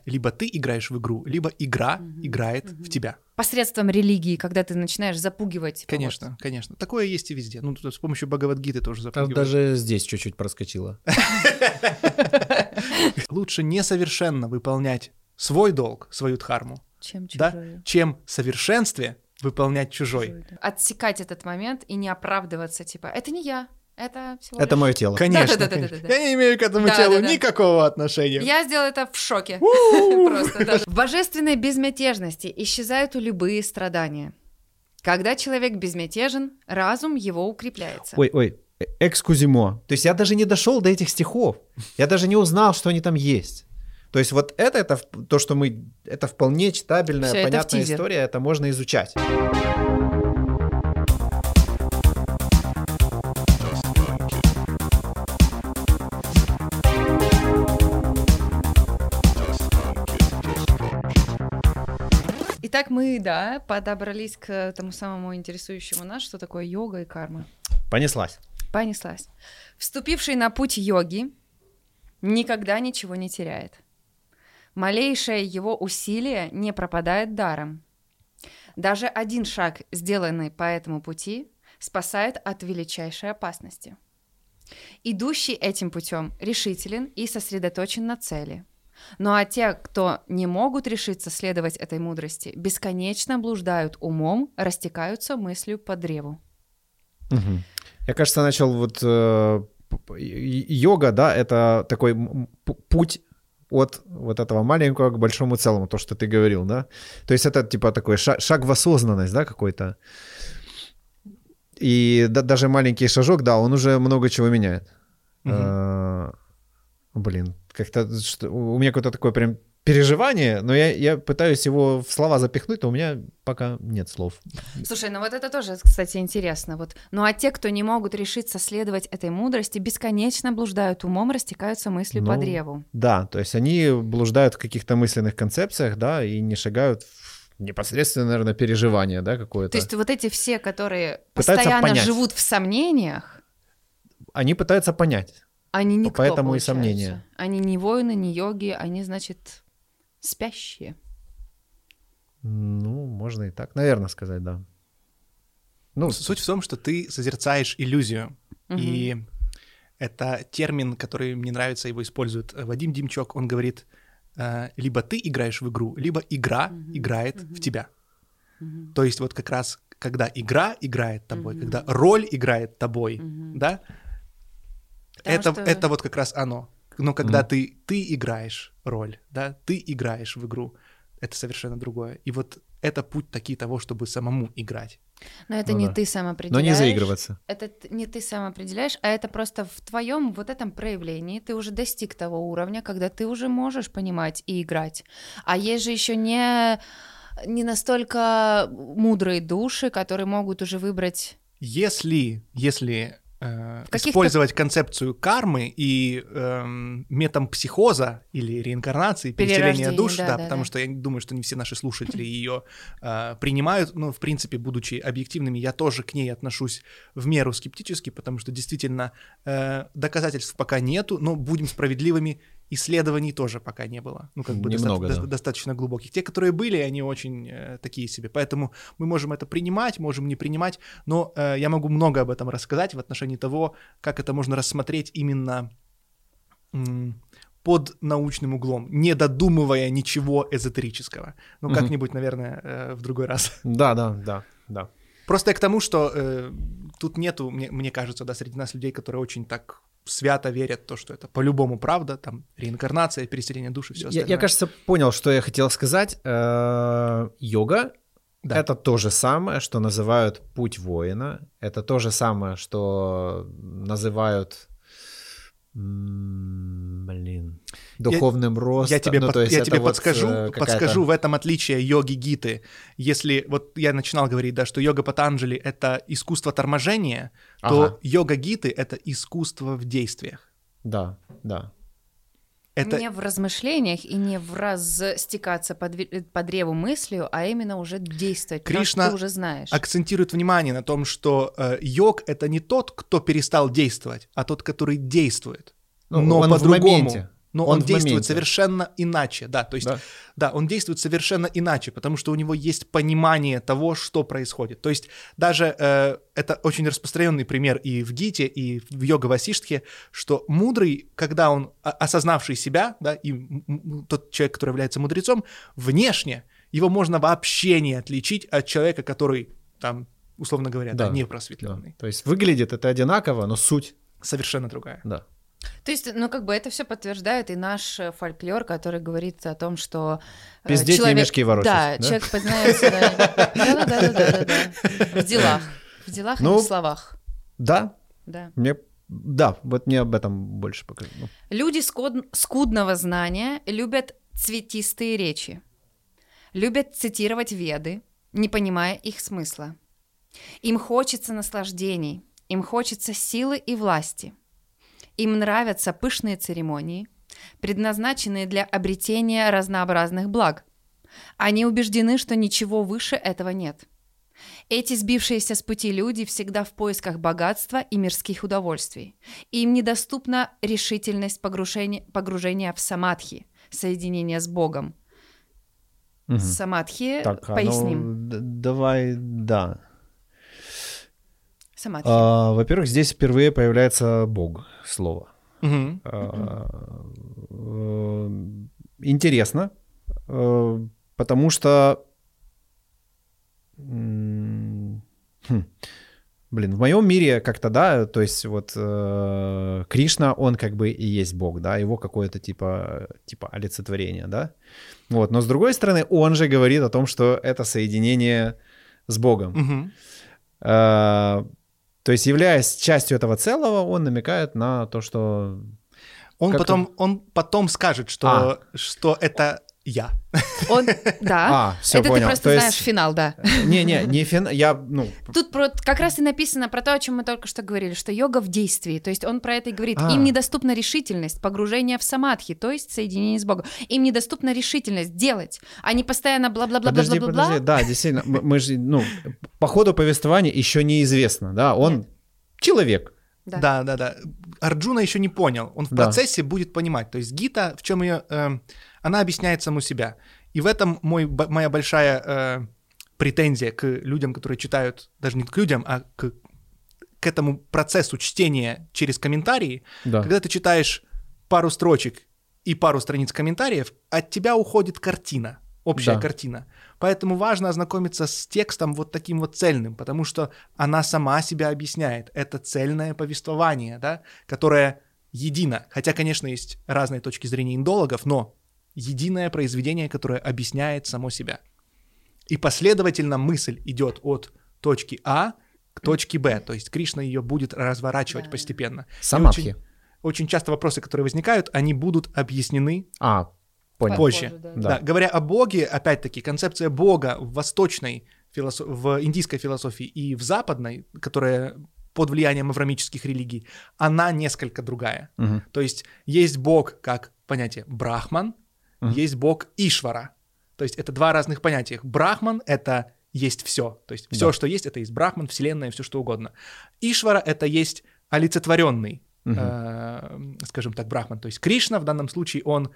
либо ты играешь в игру, либо игра играет в тебя. Посредством религии, когда ты начинаешь запугивать. Типа, Конечно, вот. Конечно. Такое есть и везде. Ну, с помощью Бхагавад-гиты тоже Там запугивают. даже здесь чуть-чуть проскочило. Лучше несовершенно выполнять свой долг, свою дхарму, Чем да, чужое. чем в совершенстве выполнять чужой. Чужое, да. Отсекать этот момент и не оправдываться, типа, это не я, это всего Это лишь... мое тело. Конечно, Да-да-да-да-да-да. конечно. Я не имею к этому Да, телу да, да. никакого отношения. Я сделала это в шоке. Просто, да. В божественной безмятежности исчезают любые страдания. Когда человек безмятежен, разум его укрепляется. Ой, экскузимо. То есть я даже не дошел до этих стихов. Я даже не узнал, что они там есть. То есть вот это то, что мы... Это вполне читабельная, Всё, это в понятная тизер. история, это можно изучать. Итак, мы, да, подобрались к тому самому интересующему нас, что такое йога и карма. Понеслась. Понеслась. Вступивший на путь йоги никогда ничего не теряет. Малейшее его усилие не пропадает даром. Даже один шаг, сделанный по этому пути, спасает от величайшей опасности. Идущий этим путем решителен и сосредоточен на цели. Ну а те, кто не могут решиться следовать этой мудрости, бесконечно блуждают умом, растекаются мыслью по древу. Мгм. Я, кажется, начал вот йога, да, это такой путь от вот этого маленького к большому целому, то, что ты говорил, да? То есть это типа такой шаг в осознанность, да, какой-то. И даже маленький шажок, да, он уже много чего меняет. Блин, как-то у меня какое-то такое прям переживание, но я пытаюсь его в слова запихнуть, но у меня пока нет слов. Слушай, ну вот это тоже, кстати, интересно. Вот. Ну а те, кто не могут решиться следовать этой мудрости, бесконечно блуждают умом, растекаются мыслью по древу. Да, то есть они блуждают в каких-то мысленных концепциях, да, и не шагают в непосредственно, наверное, переживание, да, какое-то. То есть вот эти все, которые Пытаются постоянно понять. живут в сомнениях, Они пытаются понять. они никто, Поэтому и получается. сомнения. Они не воины, не йоги, они, значит, спящие. Ну, можно и так, наверное, сказать, да. Ну, суть в том, что ты созерцаешь иллюзию. И это термин, который мне нравится, его использует Вадим Демчок. Он говорит, либо ты играешь в игру, либо игра играет в тебя. То есть вот как раз, когда игра играет тобой, когда роль играет тобой, да, это вот как раз оно. Но когда ты играешь роль, да, ты играешь в игру, это совершенно другое. И вот это путь таки того, чтобы самому играть. Но это Ну не да. ты сам определяешь. Но не заигрываться. Это не ты сам определяешь, а это просто в твоем вот этом проявлении ты уже достиг того уровня, когда ты уже можешь понимать и играть. А есть же еще не настолько мудрые души, которые могут уже выбрать... Если использовать концепцию кармы и метампсихоза или реинкарнации, переселения душ, да, потому что я думаю, что не все наши слушатели ее принимают, но, в принципе, будучи объективными, я тоже к ней отношусь в меру скептически, потому что действительно доказательств пока нету, но будем справедливыми, исследований тоже пока не было, ну, как бы немного, достаточно глубоких. Те, которые были, они очень такие себе, поэтому мы можем это принимать, можем не принимать, но я могу много об этом рассказать в отношении того, как это можно рассмотреть именно под научным углом, не додумывая ничего эзотерического. Ну, как-нибудь, наверное, в другой раз. Да. Просто я к тому, что тут нету, мне кажется, да, среди нас людей, которые очень так свято верят в то, что это по-любому правда, там, реинкарнация, переселение души, все остальное. Я, кажется, понял, что я хотел сказать. Йога — это то же самое, что называют путь воина, это то же самое, что называют... духовным ростом. Я тебе подскажу в этом отличие йоги-гиты. Если вот я начинал говорить, да, что йога Патанджали — это искусство торможения, то йога-гиты — это искусство в действиях. Да. Это... Не в размышлениях и не в стекаться по древу мыслью, а именно уже действовать, Кришна потому что ты уже знаешь. Акцентирует внимание на том, что йог — это не тот, кто перестал действовать, а тот, который действует. Но он по-другому. но он действует совершенно иначе, да, то есть, да, он действует совершенно иначе, потому что у него есть понимание того, что происходит. То есть даже это очень распространенный пример и в Гите, и в йога-васиштхе, что мудрый, когда он, осознавший себя, да, и тот человек, который является мудрецом, внешне его можно вообще не отличить от человека, который там, условно говоря, не просветленный. Да. То есть выглядит это одинаково, но суть совершенно другая. Да. То есть, ну, как бы это все подтверждает и наш фольклор, который говорит о том, что пиздеть человек... и мешки ворочать. Да, человек познается... Да. В делах и в словах. Да. Вот мне об этом больше покажи. Люди скудного знания любят цветистые речи, любят цитировать Веды, не понимая их смысла. Им хочется наслаждений, им хочется силы и власти. Им нравятся пышные церемонии, предназначенные для обретения разнообразных благ. Они убеждены, что ничего выше этого нет. Эти сбившиеся с пути люди всегда в поисках богатства и мирских удовольствий. Им недоступна решительность погружения в самадхи, соединение с Богом. Угу. Самадхи, поясним. Давай, да. Самадхи. Во-первых, здесь впервые появляется Бог, слово. Угу. Интересно, потому что в моем мире как-то, да, то есть вот Кришна, он как бы и есть Бог, да, его какое-то типа олицетворение, да, вот, но с другой стороны, он же говорит о том, что это соединение с Богом. То есть, являясь частью этого целого, он намекает на то, что... Он потом скажет, что это я. Всё, это понял. Ты просто знаешь финал, да. Не финал, Тут как раз и написано про то, о чем мы только что говорили, что йога в действии, то есть он про это и говорит. Им недоступна решительность, погружение в самадхи, то есть соединение с Богом. Им недоступна решительность делать. Они постоянно бла-бла-бла-бла-бла-бла. Подожди, да, действительно, мы же, по ходу повествования еще неизвестно, да, он человек. Да. Арджуна еще не понял, он в процессе будет понимать. То есть Гита, в чем ее... Она объясняет саму себя. И в этом моя большая претензия к людям, которые читают, даже не к людям, а к этому процессу чтения через комментарии. Да. Когда ты читаешь пару строчек и пару страниц комментариев, от тебя уходит картина, общая картина. Поэтому важно ознакомиться с текстом вот таким вот цельным, потому что она сама себя объясняет. Это цельное повествование, да, которое едино. Хотя, конечно, есть разные точки зрения индологов, но единое произведение, которое объясняет само себя. И последовательно мысль идет от точки А к точке Б, то есть Кришна ее будет разворачивать постепенно. Самадхи. Очень часто вопросы, которые возникают, они будут объяснены позже. Да. Говоря о Боге, опять-таки, концепция Бога в восточной, в индийской философии и в западной, которая под влиянием аврамических религий, она несколько другая. Угу. То есть есть Бог как понятие Брахман, есть Бог Ишвара. То есть это два разных понятия. Брахман — это есть все. То есть все, что есть, это есть Брахман, Вселенная, все что угодно. Ишвара — это есть олицетворенный, скажем так, Брахман. То есть Кришна в данном случае, он,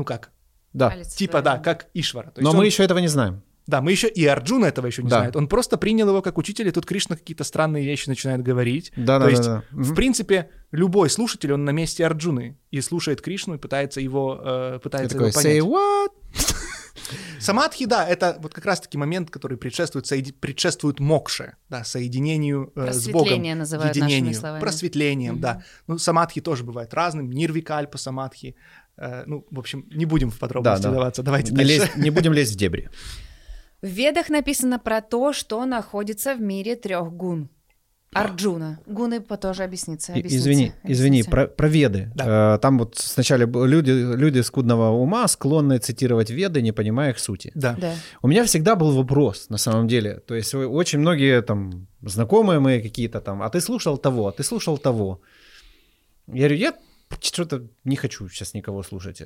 как Ишвара. То есть но мы еще этого не знаем. Да, мы еще и Арджуна этого еще не знает. Он просто принял его как учителя, и тут Кришна какие-то странные вещи начинает говорить. То есть, в принципе, любой слушатель, он на месте Арджуны и слушает Кришну и пытается его понять. Say what? Самадхи, да, это вот как раз-таки момент, который предшествует мокше, да, соединению с Богом. Просветление называют нашими словами. Просветлением, да. Ну, самадхи тоже бывает разным, нирвикальпа самадхи. В общем, не будем в подробности вдаваться, давайте дальше. Не будем лезть в дебри. В Ведах написано про то, что находится в мире 3 гун. Арджуна. Гуны тоже объяснится. Извини, про Веды. Да. Там вот сначала люди скудного ума склонны цитировать Веды, не понимая их сути. Да. У меня всегда был вопрос, на самом деле. То есть очень многие знакомые мои какие-то а ты слушал того, Я говорю, что-то не хочу сейчас никого слушать.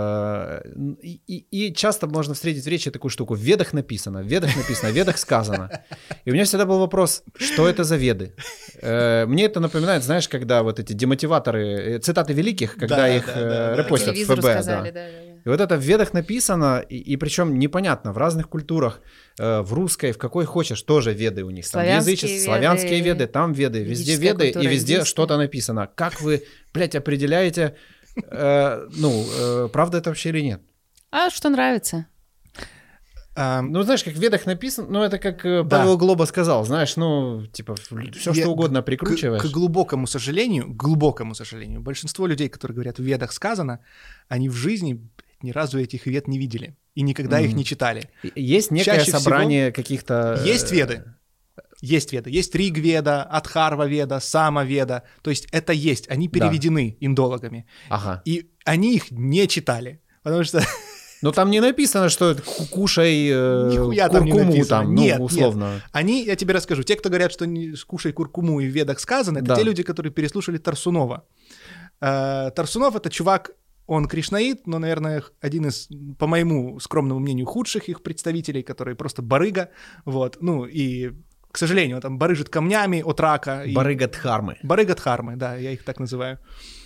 И часто можно встретить в речи такую штуку. В Ведах написано, в Ведах сказано. И у меня всегда был вопрос, что это за Веды? Мне это напоминает, знаешь, когда вот эти демотиваторы, цитаты великих, когда их репостят в ФБ. Сказали, да. И вот это в Ведах написано, и причем непонятно, в разных культурах, в русской, в какой хочешь, тоже Веды у них. Там славянские Веды, там Веды, везде Веды, и везде что-то написано. Как вы, блядь, определяете, правда это вообще или нет? А что нравится? Знаешь, как в Ведах написано, это как Павел Глоба сказал, знаешь, все что угодно прикручиваешь. К глубокому сожалению, большинство людей, которые говорят, в Ведах сказано, они в жизни ни разу этих Вед не видели и никогда их не читали. Есть некое собрание каких-то... Есть Веды. Есть Риг-Веда, Адхарва-Веда, Сама-Веда. То есть это есть. Они переведены индологами. Ага. И они их не читали. Потому что... Но там не написано, что кушай куркуму там, нет, условно. Нет. Они, я тебе расскажу, те, кто говорят, что кушай куркуму и в Ведах сказано, это те люди, которые переслушали Тарсунова. Тарсунов — это чувак, он кришнаит, но, наверное, один из, по моему скромному мнению, худших их представителей, который просто барыга, вот, и... К сожалению, он там барыжит камнями от рака. Барыга-дхармы. Барыга-дхармы, да, я их так называю.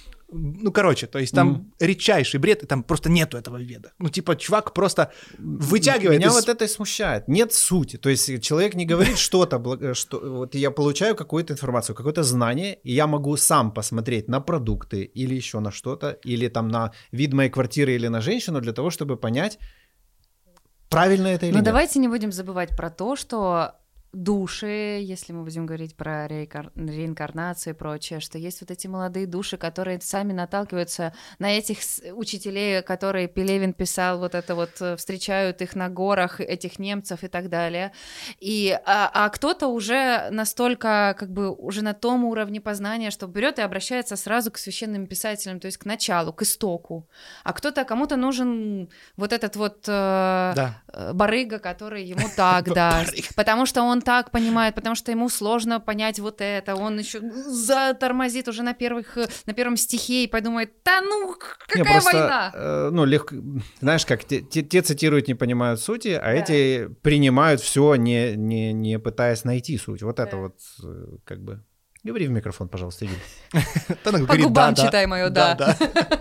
То есть там редчайший бред, и там просто нету этого в Ведах. Чувак просто вытягивает... Меня вот это и смущает. Нет сути. То есть человек не говорит что-то, что вот я получаю какую-то информацию, какое-то знание, и я могу сам посмотреть на продукты или еще на что-то, или там на вид моей квартиры или на женщину для того, чтобы понять, правильно это или нет. Но давайте не будем забывать про то, что души, если мы будем говорить про реинкарнацию и прочее, что есть вот эти молодые души, которые сами наталкиваются на этих учителей, которые Пелевин писал, вот это вот встречают их на горах, этих немцев и так далее. А кто-то уже настолько, уже на том уровне познания, что берет и обращается сразу к священным писателям, то есть к началу, к истоку. А кому-то нужен вот этот вот барыга, который ему так даст, потому что он так понимает, потому что ему сложно понять вот это, он еще затормозит уже на первом стихе и подумает, какая война? Легко, знаешь, как те цитируют, не понимают сути, а эти принимают все, не пытаясь найти суть. Вот это вот Говори в микрофон, пожалуйста, Юль. По губам читай моё «да».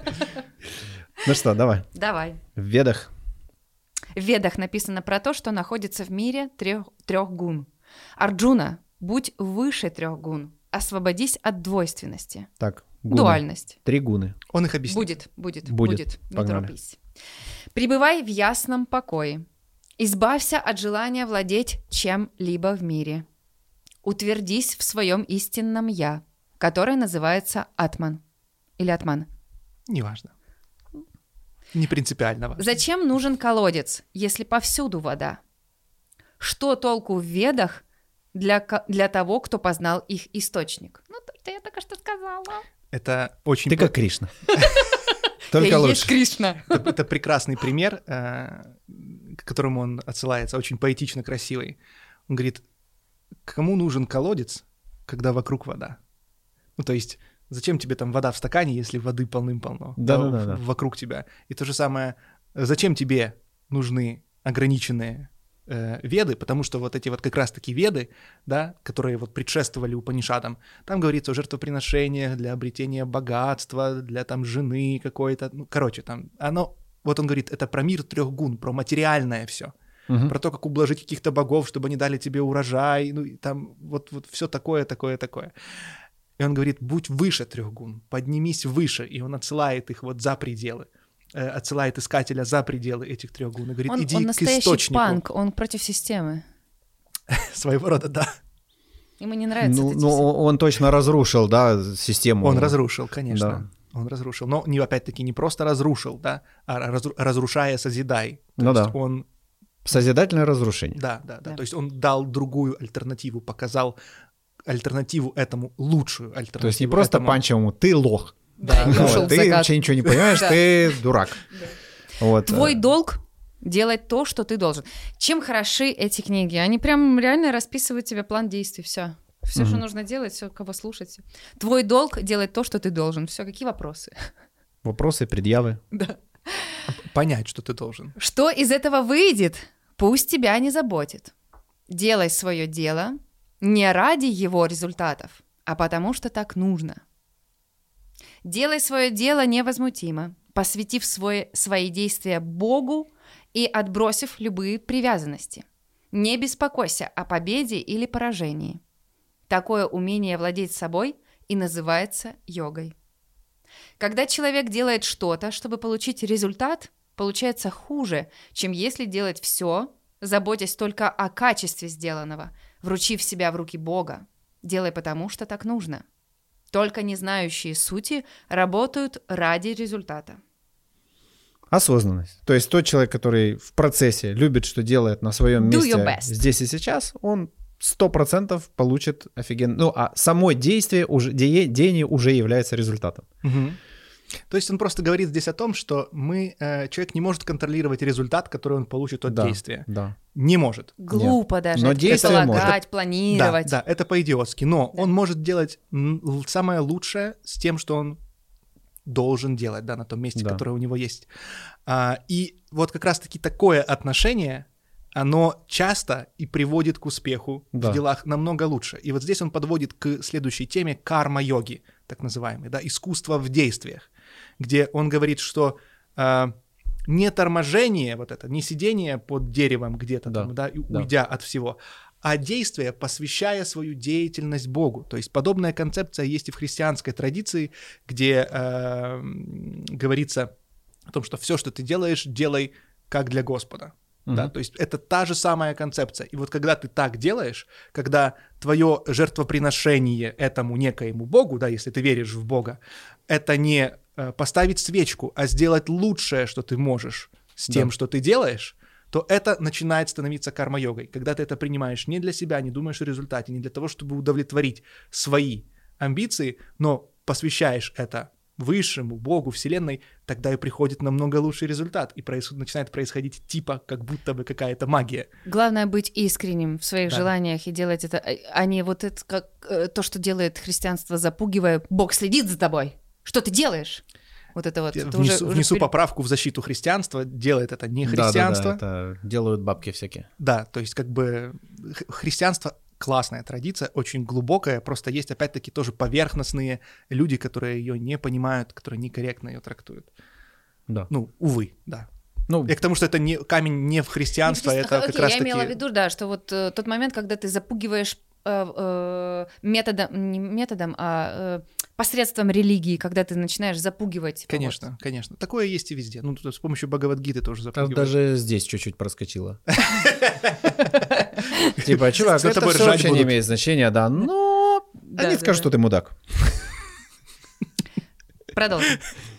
Ну что, давай. Давай. В Ведах. В Ведах написано про то, что находится в мире трех гун. Арджуна, будь выше 3 гун, освободись от двойственности. Так, гуны. Дуальность. 3 гуны. Он их объяснит. Будет. Погнали. Не торопись. Пребывай в ясном покое. Избавься от желания владеть чем-либо в мире. Утвердись в своем истинном «я», которое называется Атман. Или Атман. Неважно. Не принципиально важно. Зачем нужен колодец, если повсюду вода? Что толку в Ведах для того, кто познал их источник? Я только что сказала. Это очень... Ты как Кришна. Только лучше. Есть Кришна. Это прекрасный пример, к которому он отсылается, очень поэтично красивый. Он говорит, кому нужен колодец, когда вокруг вода? То есть... Зачем тебе там вода в стакане, если воды полным-полно вокруг тебя? И то же самое, зачем тебе нужны ограниченные веды, потому что вот эти вот как раз-таки веды, да, которые вот предшествовали Упанишадам, там говорится о жертвоприношениях для обретения богатства, для там жены какой-то, там оно, вот он говорит, это про мир 3 гун, про материальное все. Про то, как ублажить каких-то богов, чтобы они дали тебе урожай, и там вот все такое. И он говорит, будь выше 3 гун, поднимись выше, и он отсылает их вот за пределы, отсылает искателя за пределы этих 3 гун, и говорит, иди к источнику. Он настоящий панк, он против системы. Своего рода, да. Ему не нравится он точно разрушил, да, систему. Он разрушил, конечно. Да. Он разрушил, но опять-таки не просто разрушил, да, а разрушая созидай. Он... Созидательное разрушение. Да. То есть он дал другую альтернативу, показал альтернативу этому, лучшую альтернативу. То есть не просто этому... панчевому, ты лох. Да, ты вообще ничего не понимаешь, ты дурак. Твой долг делать то, что ты должен. Чем хороши эти книги? Они прям реально расписывают тебе план действий, все. Все, что нужно делать, все, кого слушать. Твой долг — делать то, что ты должен. Все, какие вопросы? Вопросы, предъявы. Да. Понять, что ты должен. Что из этого выйдет, пусть тебя не заботит. Делай свое дело не ради его результатов, а потому что так нужно. Делай свое дело невозмутимо, посвятив свои действия Богу и отбросив любые привязанности. Не беспокойся о победе или поражении. Такое умение владеть собой и называется йогой. Когда человек делает что-то, чтобы получить результат, получается хуже, чем если делать все, заботясь только о качестве сделанного, вручив себя в руки Бога. Делай потому, что так нужно. Только не знающие сути работают ради результата. Осознанность. То есть тот человек, который в процессе любит, что делает на своем месте здесь и сейчас, он 100% получит офигенно. Ну, а само действие деяние уже является результатом. Угу. То есть он просто говорит здесь о том, что человек не может контролировать результат, который он получит от действия. Да. Не может. Глупо Нет. даже но предполагать, планировать. Да, это по-идиотски. Но он может делать самое лучшее с тем, что он должен делать, да, на том месте, которое у него есть. И вот как раз-таки такое отношение, оно часто и приводит к успеху в делах намного лучше. И вот здесь он подводит к следующей теме карма-йоги, так называемой, да, искусство в действиях, где он говорит, что не торможение, вот это, не сидение под деревом где-то там, да, уйдя от всего, а действие, посвящая свою деятельность Богу. То есть подобная концепция есть и в христианской традиции, где говорится о том, что все, что ты делаешь, делай как для Господа. Да, то есть это та же самая концепция. И вот когда ты так делаешь, когда твое жертвоприношение этому некоему Богу, да, если ты веришь в Бога, это не поставить свечку, а сделать лучшее, что ты можешь с тем, что ты делаешь, то это начинает становиться карма-йогой. Когда ты это принимаешь не для себя, не думаешь о результате, не для того, чтобы удовлетворить свои амбиции, но посвящаешь это Высшему, Богу, Вселенной, тогда и приходит намного лучший результат, и начинает происходить типа как будто бы какая-то магия. Главное быть искренним в своих желаниях и делать это, а не вот это как то, что делает христианство, запугивая, Бог следит за тобой. Что ты делаешь? Вот это вот. Внесу поправку в защиту христианства, делает это не христианство. Да, это делают бабки всякие. Да, то есть как бы христианство классная традиция, очень глубокая, просто есть опять-таки тоже поверхностные люди, которые ее не понимают, которые некорректно ее трактуют. Да. Ну, увы, да. Ну, и к тому, что это не камень не в христианство, это как раз-таки... Я имела в виду, да, что вот тот момент, когда ты запугиваешь посредством религии, когда ты начинаешь запугивать. Конечно, конечно. Такое есть и везде. Ну, с помощью Бхагавад-гиты тоже запугивают. Даже здесь чуть-чуть проскочило. Типа, чувак, это все вообще не имеет значения, да, но они скажут, что ты мудак. Продолжим.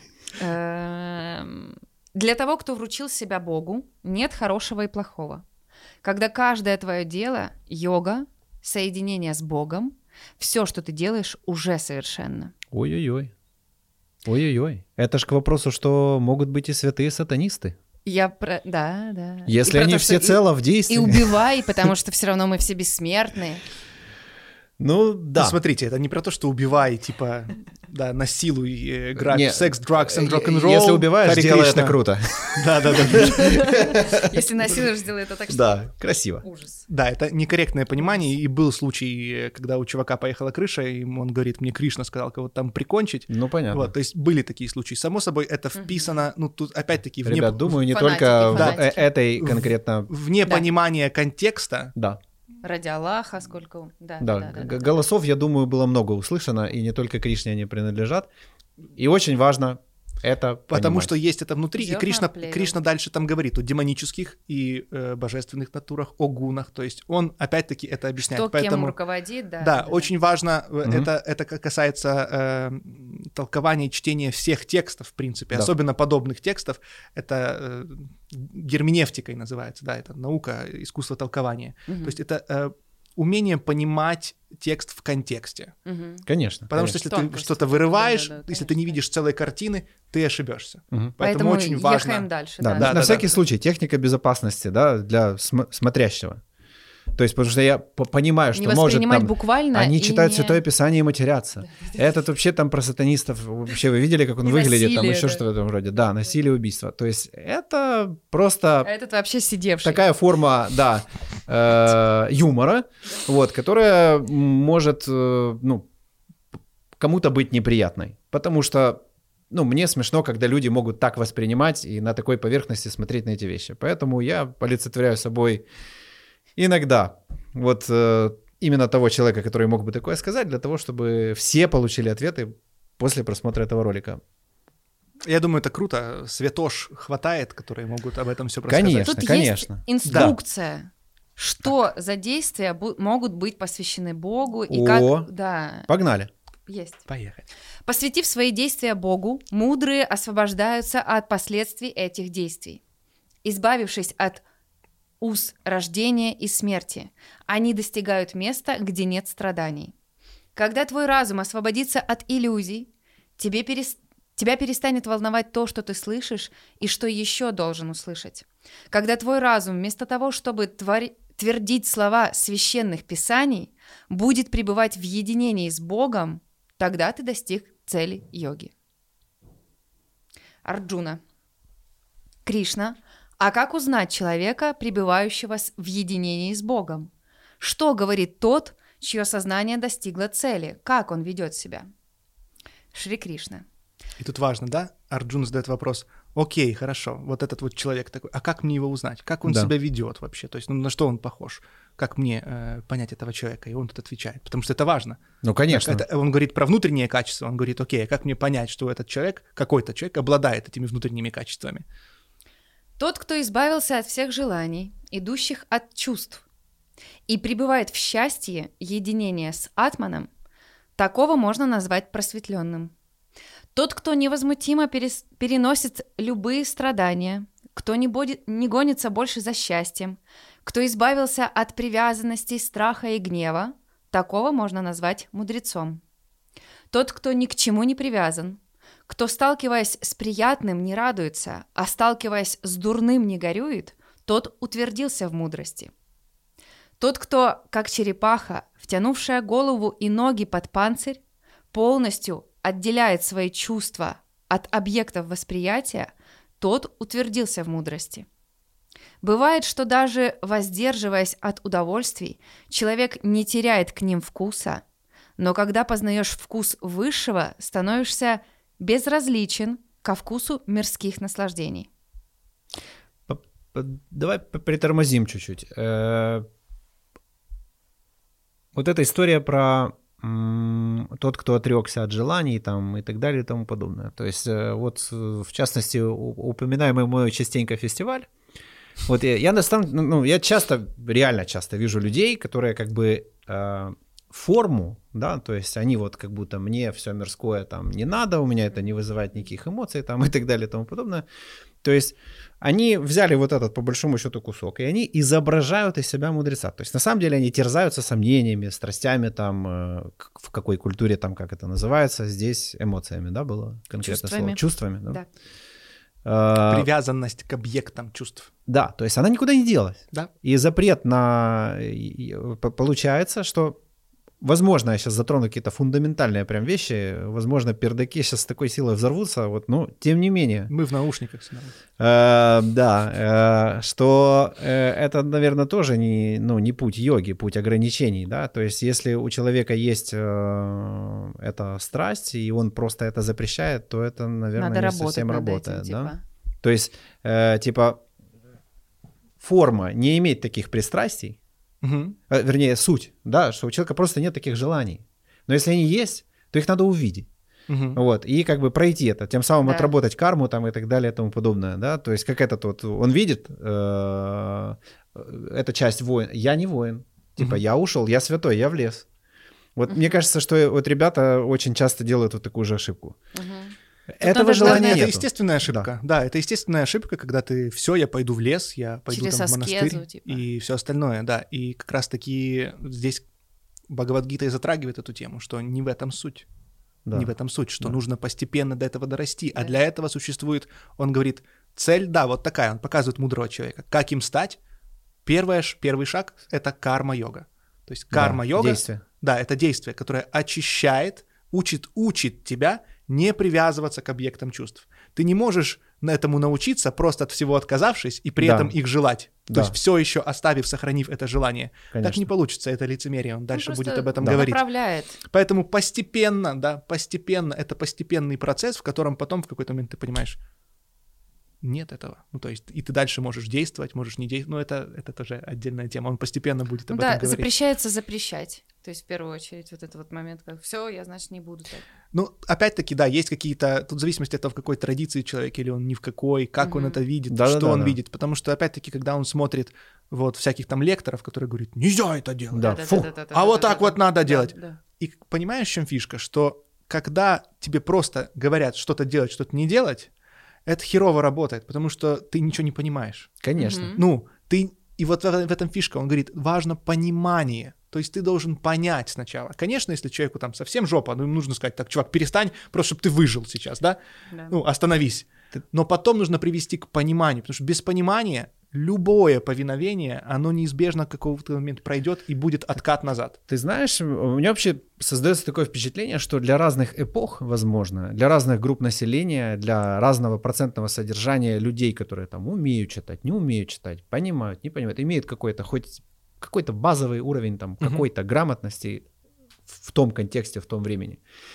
Для того, кто вручил себя Богу, нет хорошего и плохого. Когда каждое твое дело, йога, соединение с Богом, все, что ты делаешь, уже совершенно. Ой-ой-ой. Ой-ой-ой. Это ж к вопросу, что могут быть и святые сатанисты. Да. Если они всецело в действии. И убивай, потому что все равно мы все бессмертные. Ну, да. Ну, смотрите, это не про то, что убивай, типа, да, насилуй, грабь, секс, drugs and rock'n'roll. Если убиваешь, делай это круто. Да. Если насилуешь, делай это так, что... Да, красиво. Ужас. Да, это некорректное понимание, и был случай, когда у чувака поехала крыша, и он говорит, мне Кришна сказал кого-то там прикончить. Ну, понятно. Вот, то есть были такие случаи. Само собой, это вписано, ну, тут опять-таки... Ребят, думаю, не только в этой конкретно... Вне понимания контекста. Да. Ради Аллаха, сколько... Да. Голосов, я думаю, было много услышано, и не только Кришне они принадлежат. И очень важно это потому понимать. Что есть это внутри, и Кришна дальше там говорит о демонических и божественных натурах, о гунах, то есть он опять-таки это объясняет. Что кем руководит, да. Да, очень важно, это касается толкования и чтения всех текстов, в принципе, особенно подобных текстов, это герменевтикой называется, да, это наука, искусство толкования, то есть это умение понимать текст в контексте. Конечно. Потому что если ты что-то вырываешь, если ты не видишь целой картины, ты ошибешься. Поэтому очень важно. Ехаем дальше. На всякий случай, техника безопасности, да, для смотрящего. То есть, потому что я понимаю, что не воспринимать может там... буквально. Они читают Святое Писание и матерятся. Этот вообще там про сатанистов, вообще вы видели, как он выглядит, там еще что-то в этом роде. Да, насилие, убийство. То есть это просто... Этот вообще сидевший. Такая форма, да, юмора, вот, которая может, ну, кому-то быть неприятной. Потому что, ну, мне смешно, когда люди могут так воспринимать и на такой поверхности смотреть на эти вещи. Поэтому я олицетворяю собой иногда вот именно того человека, который мог бы такое сказать, для того, чтобы все получили ответы после просмотра этого ролика. Я думаю, это круто. Святош хватает, которые могут об этом все рассказать. Конечно, тут конечно. Есть инструкция, что за действия могут быть посвящены Богу и как... Да. Погнали. Есть. Поехали. Посвятив свои действия Богу, мудрые освобождаются от последствий этих действий. Избавившись от уз рождения и смерти, они достигают места, где нет страданий. Когда твой разум освободится от иллюзий, тебя перестанет волновать то, что ты слышишь и что еще должен услышать. Когда твой разум вместо того, чтобы твердить слова священных писаний, будет пребывать в единении с Богом, тогда ты достиг цели йоги. Арджуна. Кришна. А как узнать человека, пребывающего в единении с Богом? Что говорит тот, чье сознание достигло цели? Как он ведет себя? Шри Кришна. И тут важно, да? Арджуна задает вопрос: окей, хорошо, вот этот вот человек такой, а как мне его узнать? Как он себя ведет вообще? То есть, ну, на что он похож? Как мне понять этого человека? И он тут отвечает, потому что это важно. Ну, конечно. Он говорит про внутренние качества, он говорит: окей, а как мне понять, что этот человек, какой-то человек обладает этими внутренними качествами? Тот, кто избавился от всех желаний, идущих от чувств, и пребывает в счастье единения с Атманом, такого можно назвать просветленным. Тот, кто невозмутимо переносит любые страдания, кто не гонится больше за счастьем, кто избавился от привязанностей, страха и гнева, такого можно назвать мудрецом. Тот, кто ни к чему не привязан, кто, сталкиваясь с приятным, не радуется, а сталкиваясь с дурным, не горюет, тот утвердился в мудрости. Тот, кто, как черепаха, втянувшая голову и ноги под панцирь, полностью отделяет свои чувства от объектов восприятия, тот утвердился в мудрости. Бывает, что даже воздерживаясь от удовольствий, человек не теряет к ним вкуса, но когда познаешь вкус высшего, становишься безразличен ко вкусу мирских наслаждений. Давай притормозим чуть-чуть. Вот эта история про тот, кто отрекся от желаний там, и так далее и тому подобное. То есть вот в частности упоминаемый мой частенько фестиваль. Вот я часто, реально часто вижу людей, которые как бы форму, да, то есть они вот как будто мне все мирское там не надо, у меня это не вызывает никаких эмоций там и так далее и тому подобное. То есть они взяли вот этот по большому счету кусок, и они изображают из себя мудреца. То есть на самом деле они терзаются сомнениями, страстями там, в какой культуре там, как это называется, здесь эмоциями, да, было конкретно слово? Чувствами, да. Привязанность к объектам чувств. Да, то есть она никуда не делась. Да. И запрет на... Получается, что, возможно, я сейчас затрону какие-то фундаментальные прям вещи, возможно, пердаки сейчас с такой силой взорвутся, вот, но тем не менее. Мы в наушниках. Что это, наверное, тоже не путь йоги, путь ограничений, да, то есть если у человека есть эта страсть, и он просто это запрещает, то это, наверное, не совсем работает, этим, да. То есть, форма не иметь таких пристрастий, вернее, суть, да, что у человека просто нет таких желаний. Но если они есть, то их надо увидеть. Вот, и как бы пройти это, тем самым отработать карму там и так далее и тому подобное, да, то есть как этот вот, он видит, эта часть воин, я не воин, типа я ушел, я святой, я в лес. Вот мне кажется, что вот ребята очень часто делают вот такую же ошибку. Этого желания нет. Это естественная ошибка. Да, это естественная ошибка, когда ты все, я пойду в лес, я пойду через там в монастырь типа. И все остальное, да. И как раз-таки здесь Бхагавад-гита и затрагивает эту тему, что не в этом суть. Да. Не в этом суть, что нужно постепенно до этого дорасти. Да. А для этого существует, он говорит, цель, да, вот такая, он показывает мудрого человека. Как им стать? Первый шаг — это карма-йога. То есть карма-йога... Действие. Да, это действие, которое очищает, учит тебя не привязываться к объектам чувств. Ты не можешь этому научиться, просто от всего отказавшись и при этом их желать. То есть все еще оставив, сохранив это желание. Конечно. Так не получится, это лицемерие, он дальше будет об этом говорить. Направляет. Поэтому постепенно, это постепенный процесс, в котором потом в какой-то момент ты понимаешь, нет этого. Ну, то есть, и ты дальше можешь действовать, можешь не действовать. Ну, это тоже отдельная тема. Он постепенно будет об этом говорить. Запрещается запрещать. То есть, в первую очередь, вот этот вот момент, как все, я, значит, не буду так. Ну, опять-таки, да, есть какие-то... Тут в зависимости от того, в какой традиции человек, или он ни в какой, как он это видит, что он видит. Потому что, опять-таки, когда он смотрит вот всяких там лекторов, которые говорят, нельзя это делать, а вот так вот надо делать. И понимаешь, в чем фишка? Что когда тебе просто говорят что-то делать, что-то не делать, это херово работает, потому что ты ничего не понимаешь. Конечно. Ну, и вот в этом фишка, он говорит, важно понимание. То есть ты должен понять сначала. Конечно, если человеку там совсем жопа, ну, им нужно сказать, так, чувак, перестань, просто чтобы ты выжил сейчас, да? Ну, остановись. Но потом нужно привести к пониманию, потому что без понимания любое повиновение, оно неизбежно к какому-то моменту пройдет и будет откат назад. Ты знаешь, у меня вообще создается такое впечатление, что для разных эпох, возможно, для разных групп населения, для разного процентного содержания людей, которые там умеют читать, не умеют читать, понимают, не понимают, имеют хоть какой-то базовый уровень там, какой-то грамотности в том контексте, в том времени.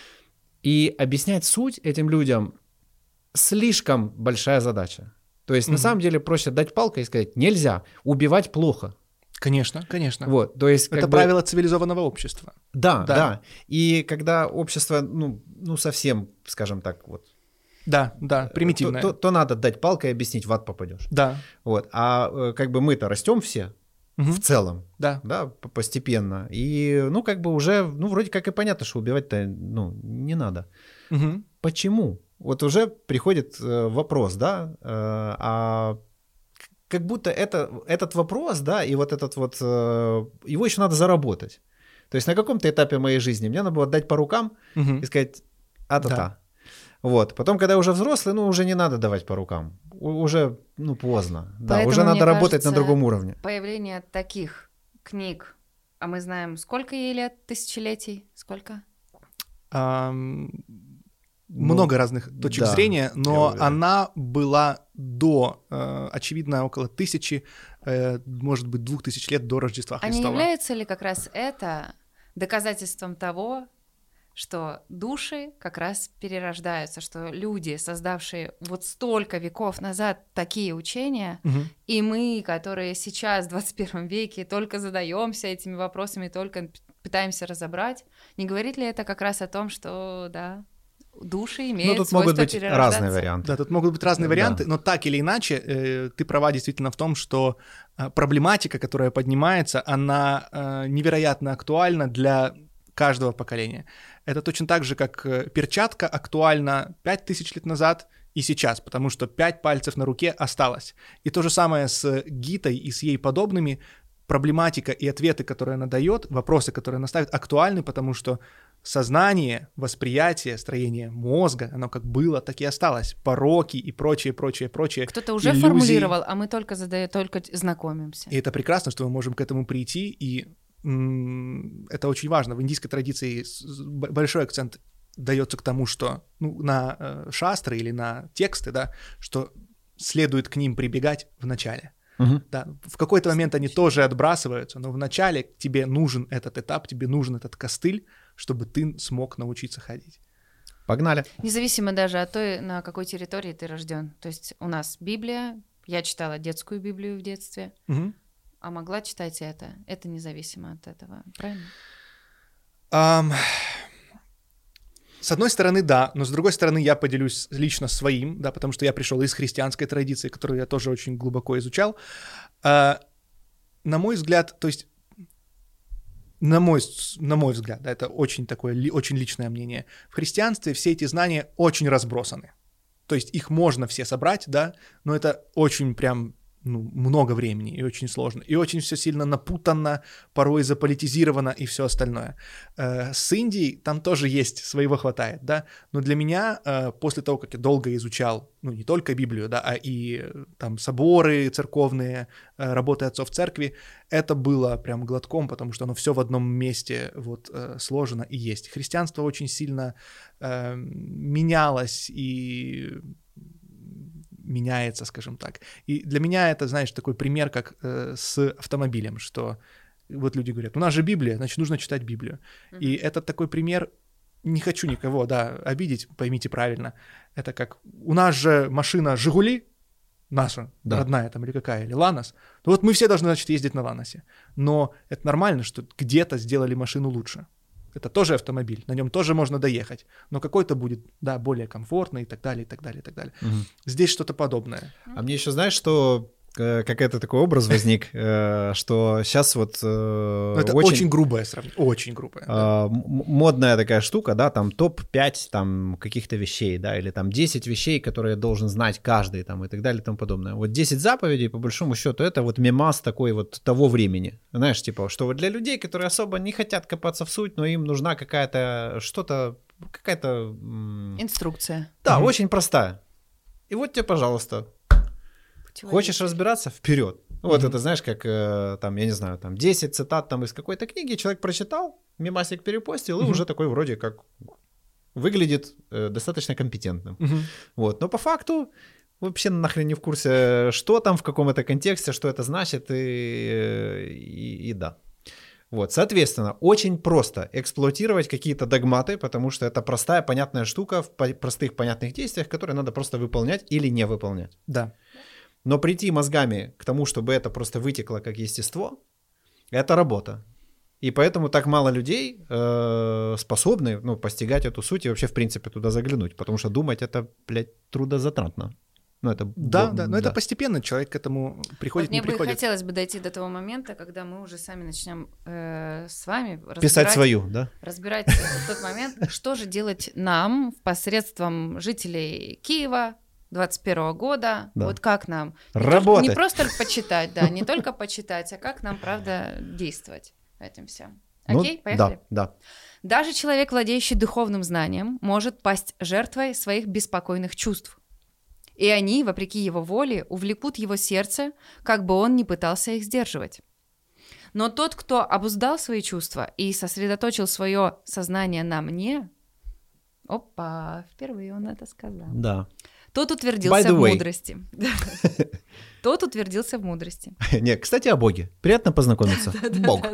И объяснять суть этим людям слишком большая задача. То есть, на самом деле, проще дать палку и сказать, нельзя, убивать плохо. Конечно, конечно. Вот, то есть, это правило цивилизованного общества. Да. И когда общество, ну совсем, скажем так, вот. Да, примитивное. То надо дать палку и объяснить, в ад попадешь. Да. Вот, а как бы мы-то растем все в целом, да, постепенно. И, ну, как бы уже, ну, вроде как и понятно, что убивать-то, ну, не надо. Почему? Вот уже приходит вопрос, да, а как будто этот вопрос, да, и вот этот вот, его еще надо заработать. То есть на каком-то этапе моей жизни мне надо было дать по рукам и сказать а-та-та. Да. Вот, потом, когда я уже взрослый, ну, уже не надо давать по рукам, уже, ну, поздно, да, уже надо работать на другом уровне. Появление таких книг, а мы знаем, сколько ей лет, тысячелетий, сколько? Много разных точек зрения, но она была очевидно, около 1000, может быть, 2000 лет до Рождества Христова. А не является ли как раз это доказательством того, что души как раз перерождаются, что люди, создавшие вот столько веков назад такие учения, и мы, которые сейчас в 21 веке только задаемся этими вопросами, только пытаемся разобрать, не говорит ли это как раз о том, что, да, души имеют тут свойство могут быть разные варианты. Да, тут могут быть разные варианты, но так или иначе, ты права действительно в том, что проблематика, которая поднимается, она невероятно актуальна для каждого поколения. Это точно так же, как перчатка актуальна 5000 лет назад и сейчас, потому что 5 пальцев на руке осталось. И то же самое с Гитой и с ей подобными. Проблематика и ответы, которые она дает, вопросы, которые она ставит, актуальны, потому что сознание, восприятие, строение мозга, оно как было, так и осталось. Пороки и прочее. Кто-то уже иллюзии. Формулировал, а мы только знакомимся. И это прекрасно, что мы можем к этому прийти, и это очень важно. В индийской традиции большой акцент дается к тому, что на шастры или на тексты, да, что следует к ним прибегать в начале. Да, в какой-то момент они тоже отбрасываются, но в начале тебе нужен этот этап, тебе нужен этот костыль, чтобы ты смог научиться ходить. Погнали. Независимо даже от той, на какой территории ты рожден. То есть у нас Библия, я читала детскую Библию в детстве, а могла читать это. Это независимо от этого, правильно? С одной стороны, да, но с другой стороны, я поделюсь лично своим, да, потому что я пришел из христианской традиции, которую я тоже очень глубоко изучал. На мой взгляд, то есть, на мой взгляд, да, это очень такое, очень личное мнение, в христианстве все эти знания очень разбросаны. То есть их можно все собрать, да, но это очень прям много времени, и очень сложно, и очень все сильно напутано, порой заполитизировано и все остальное. С Индией там тоже есть, своего хватает, да, но для меня, после того, как я долго изучал, не только Библию, да, а и там соборы церковные, работы отцов церкви, это было прям глотком, потому что оно все в одном месте сложено и есть. Христианство очень сильно менялось и меняется, скажем так. И для меня это, знаешь, такой пример, как с автомобилем, что вот люди говорят, у нас же Библия, значит, нужно читать Библию. И это такой пример, не хочу никого, обидеть, поймите правильно. Это как, у нас же машина «Жигули», наша, родная там или какая, или «Ланос», то вот мы все должны, значит, ездить на «Ланосе». Но это нормально, что где-то сделали машину лучше. Это тоже автомобиль, на нем тоже можно доехать, но какой-то будет, более комфортный и так далее, и так далее, и так далее. Угу. Здесь что-то подобное. А мне еще, знаешь, что какой-то такой образ возник, что сейчас вот... Это очень грубое сравнение, очень грубое. Модная такая штука, да, там топ-5 там каких-то вещей, да, или там 10 вещей, которые должен знать каждый, там, и так далее, и тому подобное. Вот 10 заповедей, по большому счету, это вот мемас такой вот того времени. Знаешь, типа, что вот для людей, которые особо не хотят копаться в суть, но им нужна какая-то что-то, какая-то... Инструкция. Да, очень простая. И вот тебе, пожалуйста... Хочешь разбираться? Вперед. Вот это, знаешь, как там, я не знаю, там 10 цитат там из какой-то книги, человек прочитал, мемасик перепостил, и уже такой вроде как выглядит достаточно компетентным. Вот. Но по факту вообще нахрен не в курсе, что там, в каком это контексте, что это значит, и да. Вот, соответственно, очень просто эксплуатировать какие-то догматы, потому что это простая, понятная штука в простых, понятных действиях, которые надо просто выполнять или не выполнять. Да. Но прийти мозгами к тому, чтобы это просто вытекло как естество, это работа. И поэтому так мало людей способны постигать эту суть и вообще, в принципе, туда заглянуть. Потому что думать это, трудозатратно. Но это постепенно человек к этому приходит, не приходит. Мне бы хотелось бы дойти до того момента, когда мы уже сами начнем с вами писать свою, да? Разбирать тот момент, что же делать нам посредством жителей Киева 21 года, вот как нам работать. Не просто почитать, не только почитать, а как нам, правда, действовать в этом всем. Окей, поехали? Да. Даже человек, владеющий духовным знанием, может пасть жертвой своих беспокойных чувств. И они, вопреки его воле, увлекут его сердце, как бы он ни пытался их сдерживать. Но тот, кто обуздал свои чувства и сосредоточил свое сознание на мне, впервые он это сказал. Да. Тот утвердился в мудрости. Тот утвердился в мудрости. Не, кстати, о Боге. Приятно познакомиться. Бог.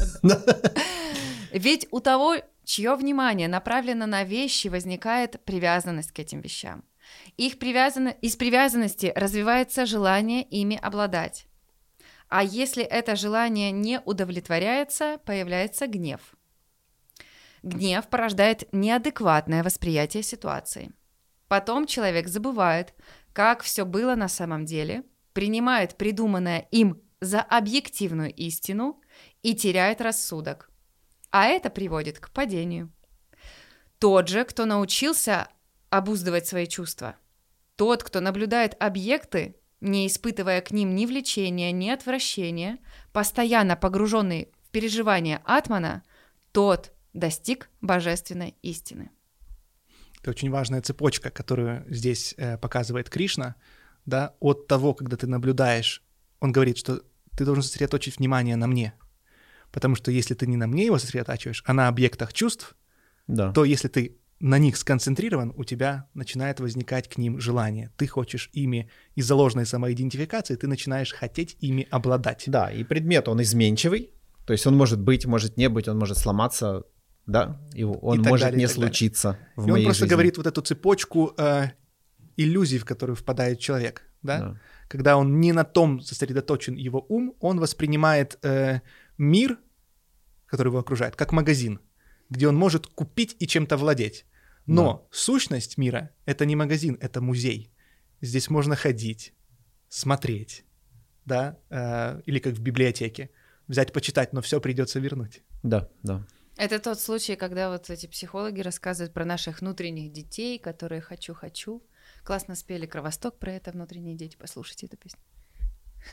Ведь у того, чье внимание направлено на вещи, возникает привязанность к этим вещам. Из привязанности развивается желание ими обладать. А если это желание не удовлетворяется, появляется гнев. Гнев порождает неадекватное восприятие ситуации. Потом человек забывает, как все было на самом деле, принимает придуманное им за объективную истину и теряет рассудок. А это приводит к падению. Тот же, кто научился обуздывать свои чувства, тот, кто наблюдает объекты, не испытывая к ним ни влечения, ни отвращения, постоянно погруженный в переживания атмана, тот достиг божественной истины. Это очень важная цепочка, которую здесь показывает Кришна, да, от того, когда ты наблюдаешь, он говорит, что ты должен сосредоточить внимание на мне, потому что если ты не на мне его сосредотачиваешь, а на объектах чувств, то если ты на них сконцентрирован, у тебя начинает возникать к ним желание. Ты хочешь ими из-за ложной самоидентификации, ты начинаешь хотеть ими обладать. Да, и предмет, он изменчивый, то есть он может быть, может не быть, он может сломаться, да, и он может далее, не случиться в моей жизни. И он просто говорит вот эту цепочку иллюзий, в которую впадает человек, да? Когда он не на том сосредоточен его ум, он воспринимает мир, который его окружает, как магазин, где он может купить и чем-то владеть. Но сущность мира — это не магазин, это музей. Здесь можно ходить, смотреть, да, или как в библиотеке, взять, почитать, но все придется вернуть. Да. Это тот случай, когда вот эти психологи рассказывают про наших внутренних детей, которые «хочу». Классно спели «Кровосток» про это, «Внутренние дети». Послушайте эту песню.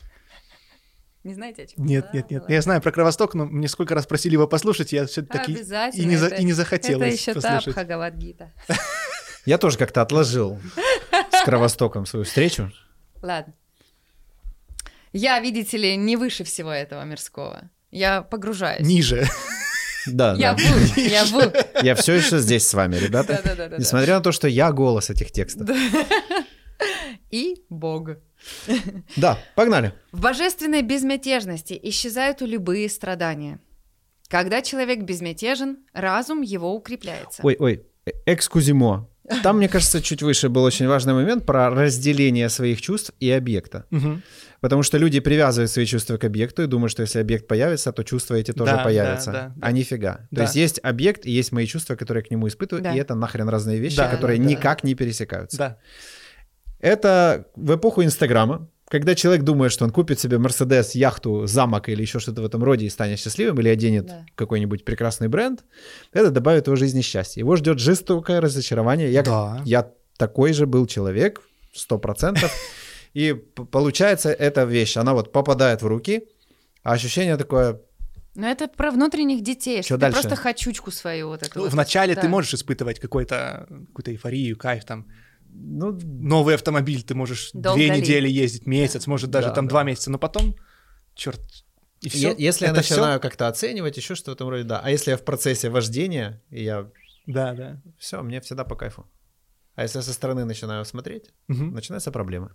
Не знаете, о чем? Нет. Я знаю про Кровосток, но мне сколько раз просили его послушать, я все-таки и не захотелось это еще послушать. та Бхагавад-гита. Я тоже как-то отложил с Кровостоком свою встречу. Ладно. Я, видите ли, не выше всего этого мирского. Я погружаюсь. Ниже. Да. Я Я все еще здесь с вами, ребята. Да. Несмотря на то, что я голос этих текстов. И Бог. Да, погнали. В божественной безмятежности исчезают любые страдания. Когда человек безмятежен, разум его укрепляется. Ой, экскузимо. Там, мне кажется, чуть выше был очень важный момент про разделение своих чувств и объекта. Потому что люди привязывают свои чувства к объекту и думают, что если объект появится, то чувства эти тоже появятся. Да. А нифига. То есть объект и есть мои чувства, которые я к нему испытываю, и это нахрен разные вещи, которые никак не пересекаются. Да. Это в эпоху Инстаграма, когда человек думает, что он купит себе Мерседес, яхту, замок или еще что-то в этом роде и станет счастливым, или оденет какой-нибудь прекрасный бренд, это добавит в его жизни счастье. Его ждет жестокое разочарование. Я такой же был человек, 100%. И получается, эта вещь, она вот попадает в руки, а ощущение такое... Но это про внутренних детей, что ты дальше? Просто хочучку свою вот эту. Вначале ты можешь испытывать какую-то эйфорию, кайф там. Ну, новый автомобиль, ты можешь 2 недели ездить, месяц, может даже 2 месяца, но потом, черт, и все. Если я начинаю как-то оценивать, еще что-то в этом роде, да. А если я в процессе вождения, и я... Да. Все, мне всегда по кайфу. А если я со стороны начинаю смотреть, начинаются проблемы.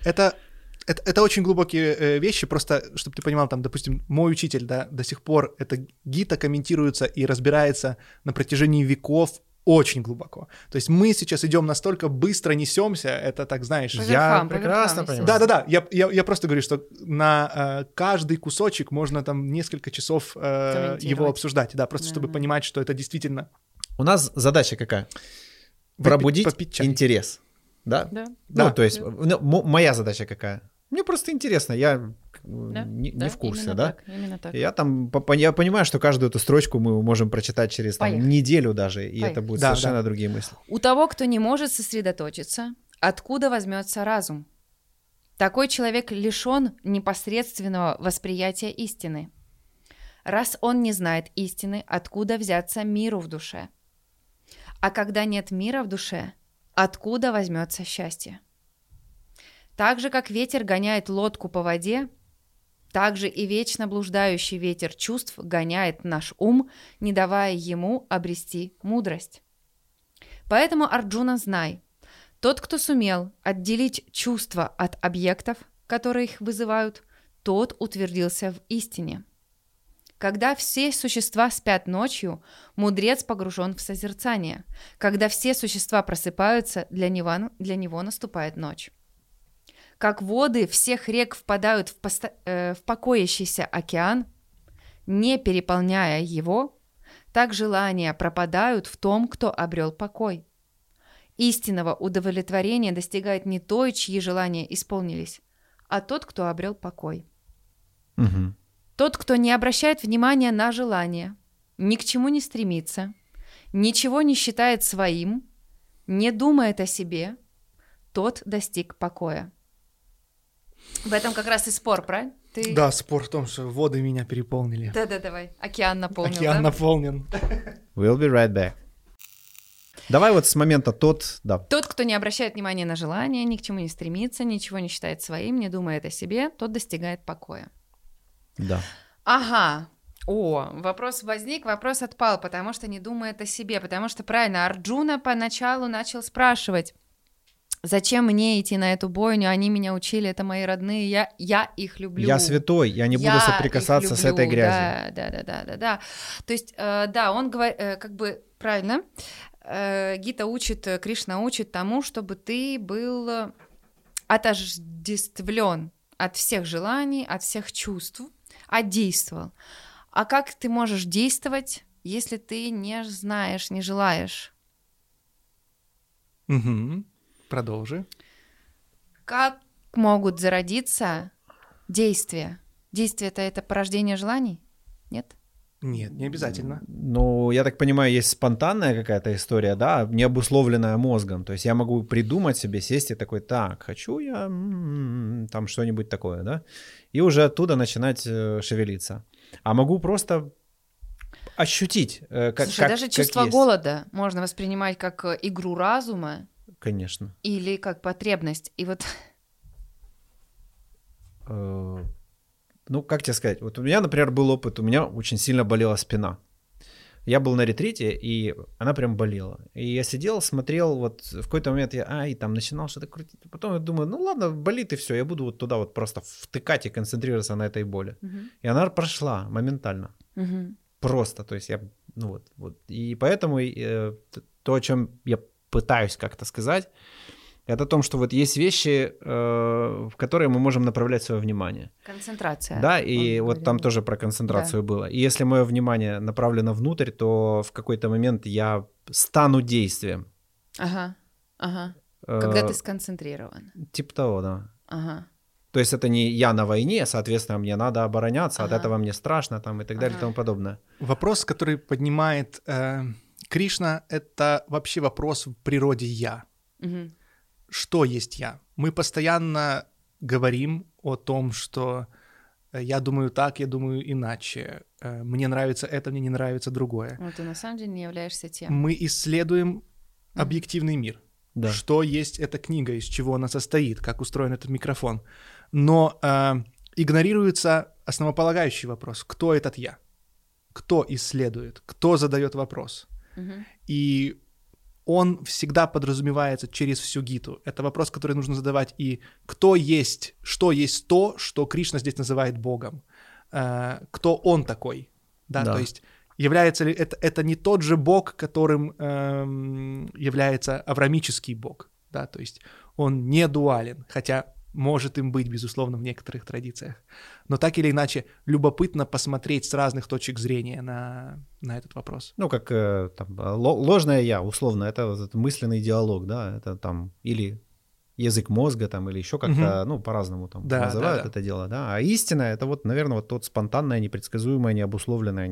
Это очень глубокие вещи, просто, чтобы ты понимал, там, допустим, мой учитель, да, до сих пор эта гита комментируется и разбирается на протяжении веков очень глубоко. То есть мы сейчас идем настолько быстро, несемся, это так, знаешь... Я прекрасно понимаю. Да, я просто говорю, что на каждый кусочек можно там несколько часов его обсуждать, да, просто чтобы понимать, что это действительно... У нас задача какая? Пробудить интерес. Да? Ну, то есть моя задача какая? Мне просто интересно, я не в курсе, да? Именно так. Я понимаю, что каждую эту строчку мы можем прочитать через неделю даже, и это будут совершенно другие мысли. У того, кто не может сосредоточиться, откуда возьмется разум? Такой человек лишен непосредственного восприятия истины. Раз он не знает истины, откуда взяться миру в душе? А когда нет мира в душе, откуда возьмется счастье? Так же, как ветер гоняет лодку по воде, так же и вечно блуждающий ветер чувств гоняет наш ум, не давая ему обрести мудрость. Поэтому, Арджуна, знай, тот, кто сумел отделить чувства от объектов, которые их вызывают, тот утвердился в истине. Когда все существа спят ночью, мудрец погружен в созерцание. Когда все существа просыпаются, для него наступает ночь. Как воды всех рек впадают в покоящийся океан, не переполняя его, так желания пропадают в том, кто обрел покой. Истинного удовлетворения достигает не той, чьи желания исполнились, а тот, кто обрел покой. Угу. Тот, кто не обращает внимания на желания, ни к чему не стремится, ничего не считает своим, не думает о себе, тот достиг покоя. В этом как раз и спор, правильно? Да, спор в том, что воды меня переполнили. Да, давай. Океан наполнен. Океан наполнен. We'll be right back. Давай вот с момента тот, кто не обращает внимания на желания, ни к чему не стремится, ничего не считает своим, не думает о себе, тот достигает покоя. Да. Ага. Вопрос возник, вопрос отпал, потому что не думает о себе, потому что, правильно, Арджуна поначалу начал спрашивать, зачем мне идти на эту бойню, они меня учили, это мои родные, я их люблю. Я святой, я не буду соприкасаться с этой грязью. Да. То есть, он говорит, как бы, правильно, Гита учит, Кришна учит тому, чтобы ты был отождествлен от всех желаний, от всех чувств, а действовал. А как ты можешь действовать, если ты не знаешь, не желаешь? Угу. Продолжи. Как могут зародиться действия? Действие-то это порождение желаний? Нет? Нет, не обязательно. Ну, я так понимаю, есть спонтанная какая-то история, да, не обусловленная мозгом. То есть я могу придумать себе, сесть и такой, так, хочу я там что-нибудь такое, да, и уже оттуда начинать шевелиться. А могу просто ощутить, Слушай, даже чувство голода можно воспринимать как игру разума. Конечно. Или как потребность. И вот... Ну, как тебе сказать? Вот у меня, например, был опыт, у меня очень сильно болела спина. Я был на ретрите, и она прям болела. И я сидел, смотрел, вот в какой-то момент и там начинал что-то крутить. Потом я думаю, ну ладно, болит и все, я буду вот туда вот просто втыкать и концентрироваться на этой боли. И она прошла моментально. Просто, то есть я, ну вот. И поэтому то, о чем я пытаюсь как-то сказать, это о том, что вот есть вещи, в которые мы можем направлять свое внимание. Концентрация. Да, и вот там тоже про концентрацию было. И если мое внимание направлено внутрь, то в какой-то момент я стану действием. Ага. Когда ты сконцентрирован. Типа того, да. Ага. То есть это не я на войне, соответственно, мне надо обороняться, от этого мне страшно там, и так далее и тому подобное. Вопрос, который поднимает Кришна, это вообще вопрос в природе «я». Что есть я? Мы постоянно говорим о том, что я думаю так, я думаю иначе, мне нравится это, мне не нравится другое. Но ты на самом деле не являешься тем. Мы исследуем объективный мир. Да. Что есть эта книга, из чего она состоит, как устроен этот микрофон. Но игнорируется основополагающий вопрос. Кто этот я? Кто исследует? Кто задает вопрос? И он всегда подразумевается через всю гиту. Это вопрос, который нужно задавать и кто есть, что есть то, что Кришна здесь называет Богом. Кто он такой? Да. То есть является ли это не тот же Бог, которым является авраамический Бог? Да? То есть он не дуален, хотя может им быть, безусловно, в некоторых традициях. Но так или иначе, любопытно посмотреть с разных точек зрения на этот вопрос. Ну, как там, ложное «я», условно, это мысленный диалог, да, это там или язык мозга, там, или еще как-то, ну, по-разному там называют это дело, да. А истина — это вот, наверное, вот тот спонтанное, непредсказуемое, необусловленное,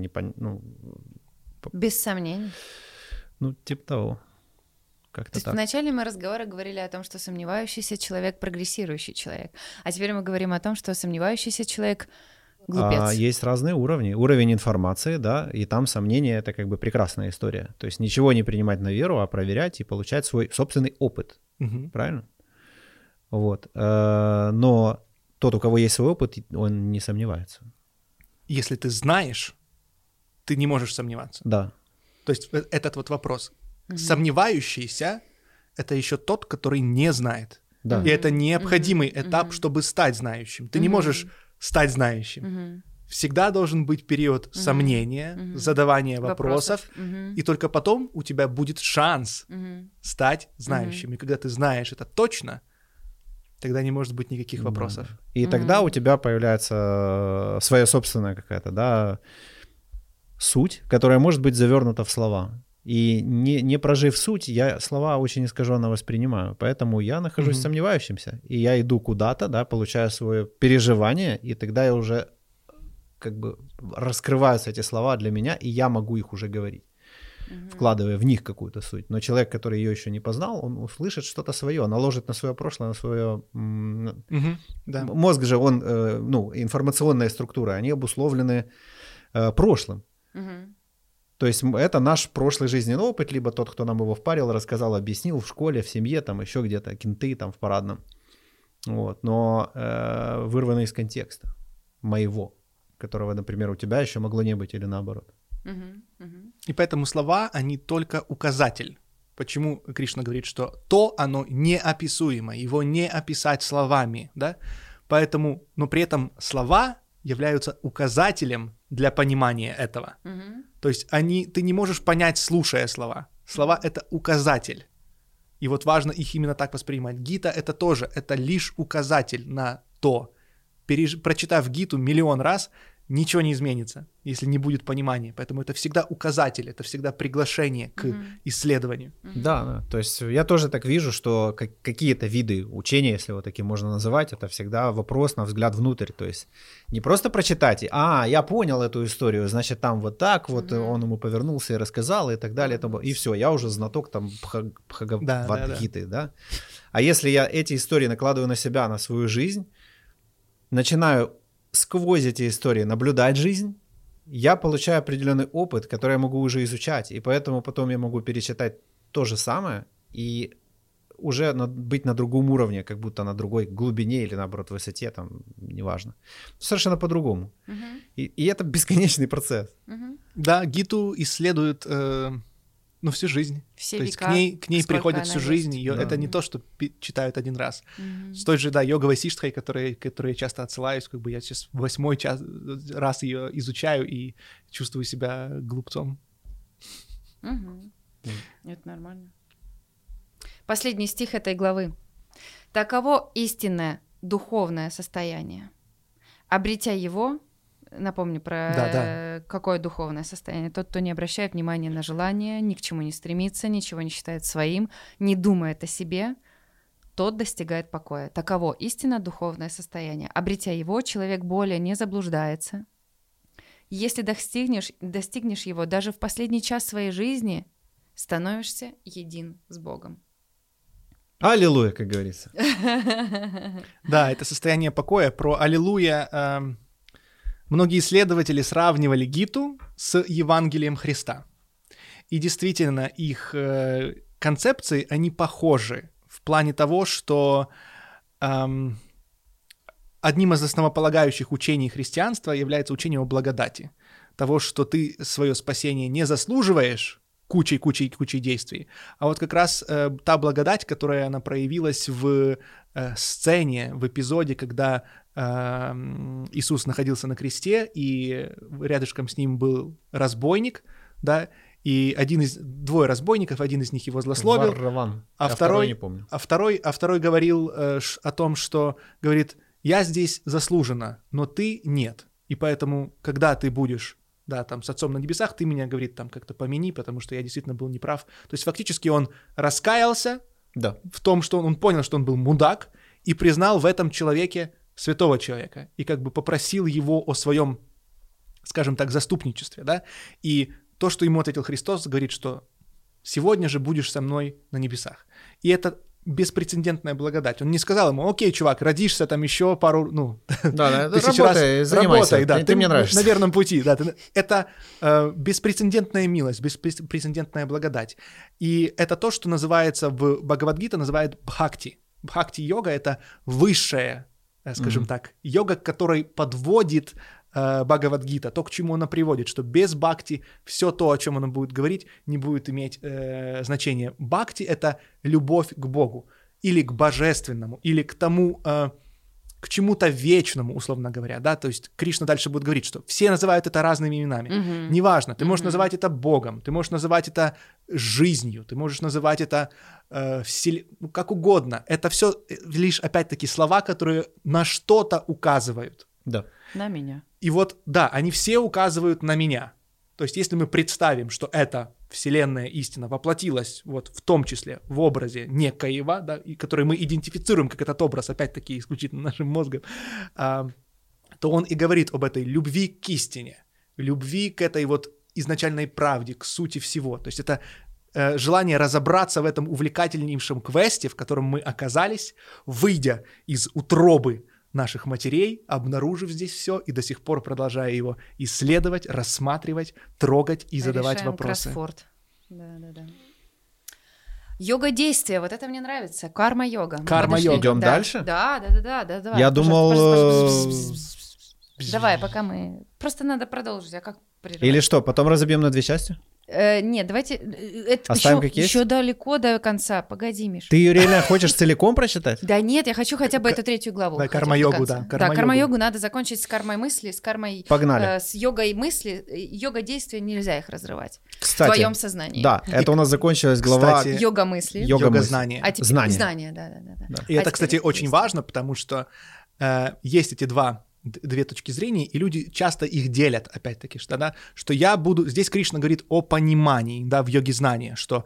без сомнений. Ну, типа того. Как-то то есть в начале мы разговора говорили о том, что сомневающийся человек — прогрессирующий человек. А теперь мы говорим о том, что сомневающийся человек — глупец. Есть разные уровни. Уровень информации, да, и там сомнения — это как бы прекрасная история. То есть ничего не принимать на веру, а проверять и получать свой собственный опыт. Правильно? Вот. Но тот, у кого есть свой опыт, он не сомневается. Если ты знаешь, ты не можешь сомневаться. Да. То есть этот вот вопрос. Сомневающийся — это еще тот, который не знает. Да. И это необходимый этап, чтобы стать знающим. Ты не можешь стать знающим. Всегда должен быть период сомнения, задавания вопросов, и только потом у тебя будет шанс стать знающим. И когда ты знаешь это точно, тогда не может быть никаких вопросов. И тогда у тебя появляется своя собственная какая-то, да, суть, которая может быть завернута в слова. И не прожив суть, я слова очень искаженно воспринимаю. Поэтому я нахожусь сомневающимся. И я иду куда-то, да, получаю свое переживание, и тогда я уже как бы раскрываются эти слова для меня, и я могу их уже говорить, вкладывая в них какую-то суть. Но человек, который ее еще не познал, он услышит что-то свое, наложит на свое прошлое, на свое... Мозг же, он, ну, информационная структура, они обусловлены прошлым. То есть это наш прошлый жизненный опыт, либо тот, кто нам его впарил, рассказал, объяснил в школе, в семье, там еще где-то, кенты там в парадном. Вот. Но вырвано из контекста моего, которого, например, у тебя еще могло не быть или наоборот. И поэтому слова, они только указатель. Почему Кришна говорит, что то, оно неописуемо, его не описать словами, да? Поэтому, но при этом слова являются указателем для понимания этого. То есть ты не можешь понять, слушая слова. Слова — это указатель. И вот важно их именно так воспринимать. Гита — это тоже, это лишь указатель на то. Прочитав Гиту миллион раз, ничего не изменится, если не будет понимания. Поэтому это всегда указатель, это всегда приглашение к исследованию. Да, то есть я тоже так вижу, что какие-то виды учения, если вот таким можно называть, это всегда вопрос на взгляд внутрь. То есть не просто прочитать, я понял эту историю, значит, там вот так, вот он ему повернулся и рассказал, и так далее, и все, я уже знаток там Бхагавад-гиты, да. А если я эти истории накладываю на себя, на свою жизнь, начинаю сквозь эти истории наблюдать жизнь, я получаю определенный опыт, который я могу уже изучать, и поэтому потом я могу перечитать то же самое и уже быть на другом уровне, как будто на другой глубине или, наоборот, высоте, там, неважно. Совершенно по-другому. И это бесконечный процесс. Да, Гиту исследуют всю жизнь. Все то есть века, к ней приходят всю жизнь. Это не то, что читают один раз. С той же, йога Васиштхой, которой я часто отсылаюсь, как бы я сейчас 8-й раз ее изучаю и чувствую себя глупцом. Это нормально. Последний стих этой главы. Таково истинное духовное состояние. Обретя его, напомню про какое духовное состояние. Тот, кто не обращает внимания на желания, ни к чему не стремится, ничего не считает своим, не думает о себе, тот достигает покоя. Таково истинно духовное состояние. Обретя его, человек более не заблуждается. Если достигнешь его даже в последний час своей жизни, становишься един с Богом. Аллилуйя, как говорится. Да, это состояние покоя. Про аллилуйя многие исследователи сравнивали Гиту с Евангелием Христа. И действительно, их концепции, они похожи в плане того, что одним из основополагающих учений христианства является учение о благодати. Того, что ты свое спасение не заслуживаешь кучей действий, а вот как раз та благодать, которая она проявилась в сцене, в эпизоде, когда Иисус находился на кресте, и рядышком с ним был разбойник, да, и двое разбойников, один из них его злословил, а второй не помню. А второй говорил о том, что говорит: я здесь заслуженно, но ты нет, и поэтому, когда ты будешь там с Отцом на небесах, ты меня, говорит, там как-то помяни, потому что я действительно был неправ. То есть фактически он раскаялся в том, что он понял, что он был мудак, и признал в этом человеке святого человека, и как бы попросил его о своем, скажем так, заступничестве, да, и то, что ему ответил Христос, говорит, что сегодня же будешь со мной на небесах. И это беспрецедентная благодать. Он не сказал ему: окей, чувак, родишься там еще пару, тысяч раз, работай, да, ты мне нравишься. На верном пути, да. Это беспрецедентная милость, беспрецедентная благодать. И это то, что называется в Бхагавад-гите, называют бхакти. Бхакти-йога — это высшая, скажем так, йога, к которой подводит Бхагавад-гита, то, к чему она приводит, что без бхакти все то, о чем она будет говорить, не будет иметь значения. Бхакти — это любовь к Богу, или к божественному, или к тому, к чему-то вечному, условно говоря, да, то есть Кришна дальше будет говорить, что все называют это разными именами, неважно, ты можешь называть это Богом, ты можешь называть это жизнью, ты можешь называть это как угодно, это все лишь, опять-таки, слова, которые на что-то указывают. Да. На меня. И вот, да, они все указывают на меня. То есть если мы представим, что эта вселенная истина воплотилась вот в том числе в образе некоего, да, и который мы идентифицируем как этот образ, опять-таки, исключительно нашим мозгом, то он и говорит об этой любви к истине, любви к этой вот изначальной правде, к сути всего. То есть это желание разобраться в этом увлекательнейшем квесте, в котором мы оказались, выйдя из утробы наших матерей, обнаружив здесь все и до сих пор продолжая его исследовать, рассматривать, трогать и задавать вопросы. Кроссворд. Да. Йога действия, вот это мне нравится. Карма-йога. Карма-йога. Идем дальше? Да. Давай. Я думал... Давай, пока мы... Просто надо продолжить, а как прерывать? Или что, потом разобьем на 2 части? Нет, давайте... Оставим как есть? Еще далеко до конца. Погоди, Миш. Ты ее реально хочешь целиком прочитать? Да нет, я хочу хотя бы эту 3 главу. Да, карма-йогу, да. Да, карма-йогу надо закончить с кармой мысли, с кармой... Погнали. С йогой мысли. Йога действия, нельзя их разрывать. Кстати, в твоем сознании. Да, это у нас закончилась глава... Кстати, йога мысли. Йога знания. А теперь знания, да. И это, кстати, очень важно, потому что есть эти два две точки зрения, и люди часто их делят, опять-таки, что я буду... Здесь Кришна говорит о понимании, да, в йоге знания, что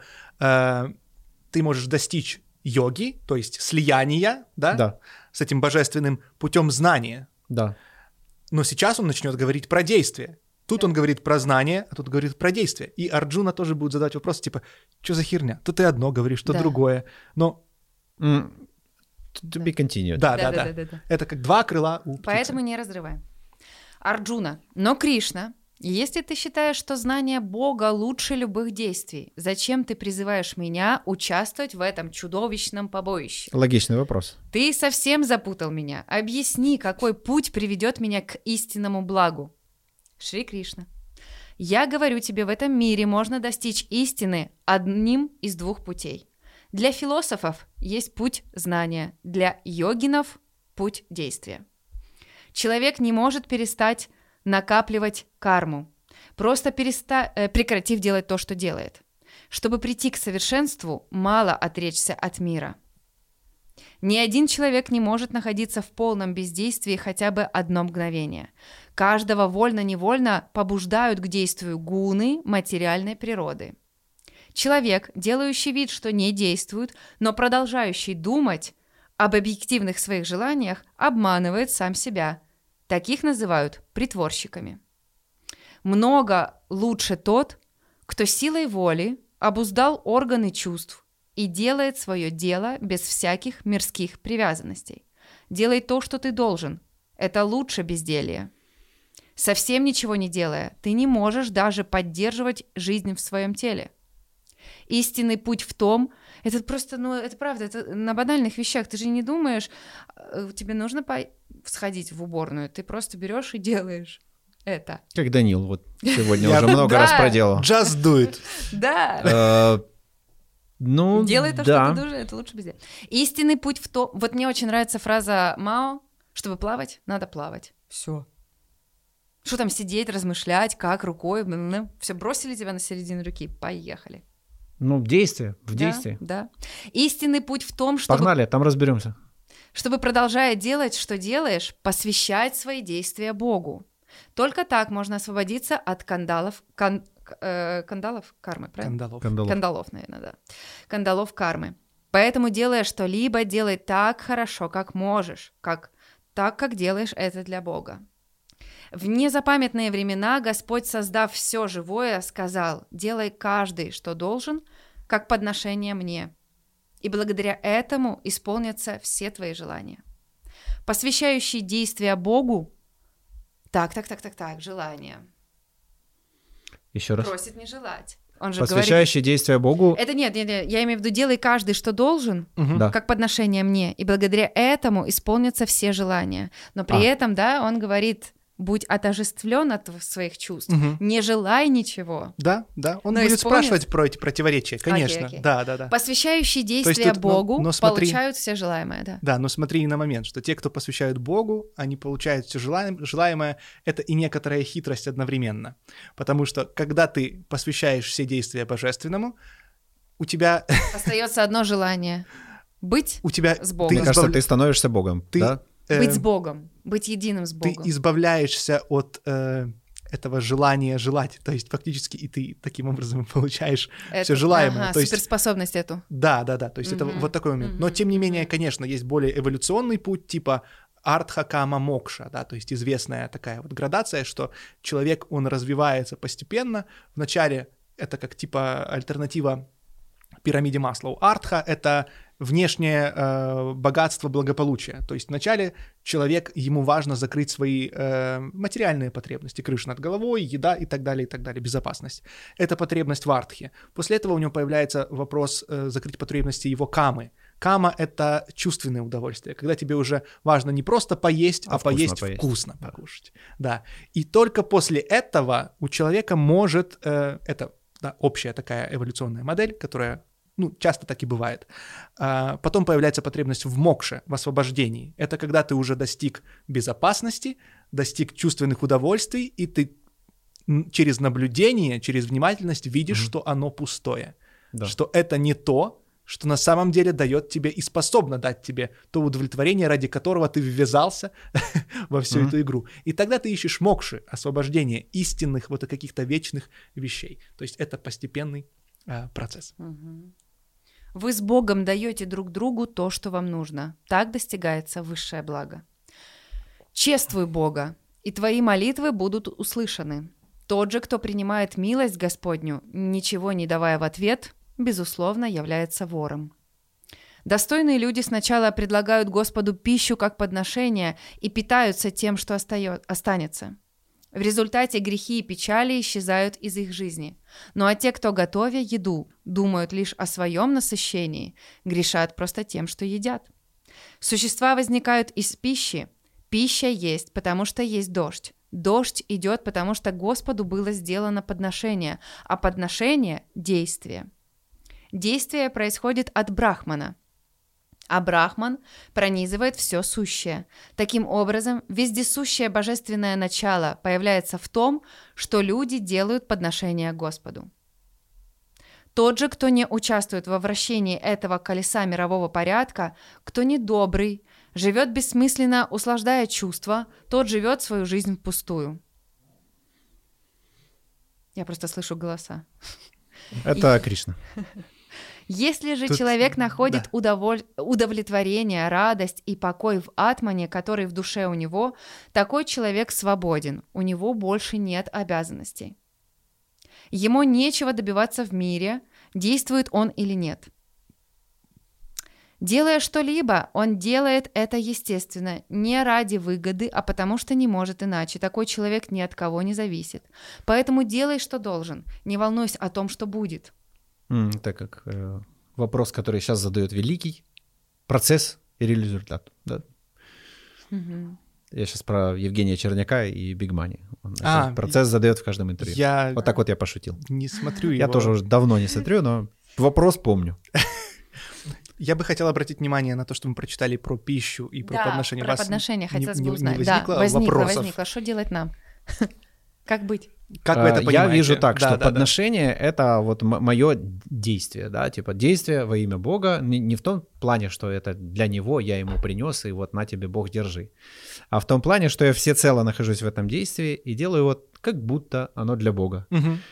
ты можешь достичь йоги, то есть слияния, да, с этим божественным путем знания. Да. Но сейчас он начнет говорить про действие. Тут он говорит про знание, а тут говорит про действие. И Арджуна тоже будет задавать вопрос, типа, что за херня? То ты одно говоришь, то другое. Но... To be continued. Да. Это как два крыла у птицы. Поэтому не разрываем. Арджуна. Но Кришна, если ты считаешь, что знание Бога лучше любых действий, зачем ты призываешь меня участвовать в этом чудовищном побоище? Логичный вопрос. Ты совсем запутал меня. Объясни, какой путь приведет меня к истинному благу. Шри Кришна. Я говорю тебе, в этом мире можно достичь истины одним из двух путей. Для философов есть путь знания, для йогинов – путь действия. Человек не может перестать накапливать карму, просто прекратив делать то, что делает. Чтобы прийти к совершенству, мало отречься от мира. Ни один человек не может находиться в полном бездействии хотя бы одно мгновение. Каждого вольно-невольно побуждают к действию гуны материальной природы. Человек, делающий вид, что не действует, но продолжающий думать об объективных своих желаниях, обманывает сам себя. Таких называют притворщиками. Много лучше тот, кто силой воли обуздал органы чувств и делает свое дело без всяких мирских привязанностей. Делай то, что ты должен. Это лучше безделья. Совсем ничего не делая, ты не можешь даже поддерживать жизнь в своем теле. Истинный путь в том, это просто, это правда, это на банальных вещах. Ты же не думаешь, тебе нужно сходить в уборную, ты просто берешь и делаешь это. Как Данил вот сегодня уже много раз проделал. Just do it. Да. Ну, делай то, что ты должен, это лучше безделья. Истинный путь в том, вот мне очень нравится фраза Мао, чтобы плавать, надо плавать. Все. Что там сидеть, размышлять, как рукой, все, бросили тебя на середину реки, поехали. Ну, действие, в действии. Да. Истинный путь в том, чтобы... Погнали, там разберемся. Чтобы, продолжая делать, что делаешь, посвящать свои действия Богу. Только так можно освободиться от кандалов кармы, правильно? Кандалов, наверное, да. Кандалов кармы. Поэтому, делая что-либо, делай так хорошо, как можешь, так, как делаешь это для Бога. В незапамятные времена Господь, создав все живое, сказал: «Делай каждый, что должен, как подношение мне, и благодаря этому исполнятся все твои желания». Посвящающий действия Богу, желание. Еще раз. Просит не желать. Он же посвящающий действия Богу. Это нет, я имею в виду, делай каждый, что должен, да. как подношение мне, и благодаря этому исполнятся все желания. Но при этом, да, он говорит: будь отождествлен от своих чувств, не желай ничего. Да, он будет спрашивать про эти противоречия, конечно. Окей. Да. Посвящающие действия Богу получают все желаемое, да. Да, но смотри на момент, что те, кто посвящают Богу, они получают все желаемое, это и некоторая хитрость одновременно. Потому что, когда ты посвящаешь все действия Божественному, у тебя... Остается одно желание — быть с Богом. Мне кажется, ты становишься Богом, да? Быть с Богом, быть единым с Богом. Ты избавляешься от этого желания желать, то есть фактически и ты таким образом получаешь все желаемое. То есть, суперспособность эту. Да, то есть это вот такой момент. Но тем не менее, конечно, есть более эволюционный путь, типа артха, кама, мокша, да, то есть известная такая вот градация, что человек, он развивается постепенно. Вначале это как типа альтернатива пирамиде Маслоу. Артха — это внешнее богатство, благополучие. То есть вначале человек, ему важно закрыть свои материальные потребности, крыша над головой, еда и так далее, безопасность. Это потребность в артхе. После этого у него появляется вопрос закрыть потребности его камы. Кама — это чувственное удовольствие, когда тебе уже важно не просто поесть, а поесть вкусно, покушать. Да. И только после этого у человека может... это общая такая эволюционная модель, которая часто так и бывает. Потом появляется потребность в мокше, в освобождении. Это когда ты уже достиг безопасности, достиг чувственных удовольствий, и ты через наблюдение, через внимательность видишь, что оно пустое, что это не то, что на самом деле дает тебе и способно дать тебе то удовлетворение, ради которого ты ввязался во всю эту игру. И тогда ты ищешь мокши, освобождение истинных вот каких-то вечных вещей. То есть это постепенный процесс. Вы с Богом даете друг другу то, что вам нужно. Так достигается высшее благо. Чествуй Бога, и твои молитвы будут услышаны. Тот же, кто принимает милость Господню, ничего не давая в ответ, безусловно, является вором. Достойные люди сначала предлагают Господу пищу как подношение и питаются тем, что останется. В результате грехи и печали исчезают из их жизни. Ну а те, кто, готовя еду, думают лишь о своем насыщении, грешат просто тем, что едят. Существа возникают из пищи. Пища есть, потому что есть дождь. Дождь идет, потому что Господу было сделано подношение, а подношение – действие. Действие происходит от Брахмана, а Брахман пронизывает все сущее. Таким образом, вездесущее божественное начало появляется в том, что люди делают подношение Господу. Тот же, кто не участвует во вращении этого колеса мирового порядка, кто недобрый, живет бессмысленно, услаждая чувства, тот живет свою жизнь впустую. Я просто слышу голоса. Это Кришна. Если же человек находит удовлетворение, радость и покой в атмане, который в душе у него, такой человек свободен, у него больше нет обязанностей. Ему нечего добиваться в мире, действует он или нет. Делая что-либо, он делает это естественно, не ради выгоды, а потому что не может иначе. Такой человек ни от кого не зависит. Поэтому делай, что должен, не волнуйся о том, что будет. Так как вопрос, который сейчас задает Великий, процесс или результат, да? Я сейчас про Евгения Черняка и Big Money. Процесс задает в каждом интервью. Вот так вот я пошутил. Не смотрю его. Я тоже уже давно не смотрю, но вопрос помню. Я бы хотел обратить внимание на то, что мы прочитали про пищу и про подношение. Про подношение хотелось бы узнать. Возникло. Что делать нам? Как быть? Как вы это понимаете? Я вижу так, что подношение — это вот мое действие, да, типа действие во имя Бога, не в том плане, что это для Него, я Ему принес, и вот на тебе, Бог, держи, а в том плане, что я всецело нахожусь в этом действии и делаю вот как будто оно для Бога.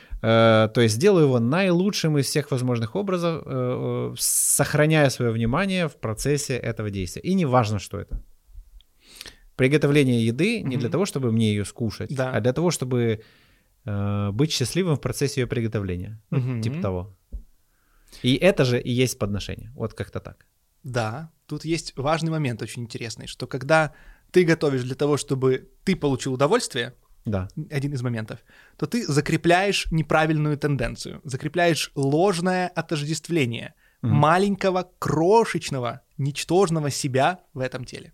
То есть делаю его наилучшим из всех возможных образов, сохраняя свое внимание в процессе этого действия. И не важно, что это. Приготовление еды не для того, чтобы мне ее скушать, а для того, чтобы быть счастливым в процессе ее приготовления. Типа того. И это же и есть подношение. Вот как-то так. Да, тут есть важный момент очень интересный, что когда ты готовишь для того, чтобы ты получил удовольствие, один из моментов, то ты закрепляешь неправильную тенденцию, закрепляешь ложное отождествление маленького, крошечного, ничтожного себя в этом теле.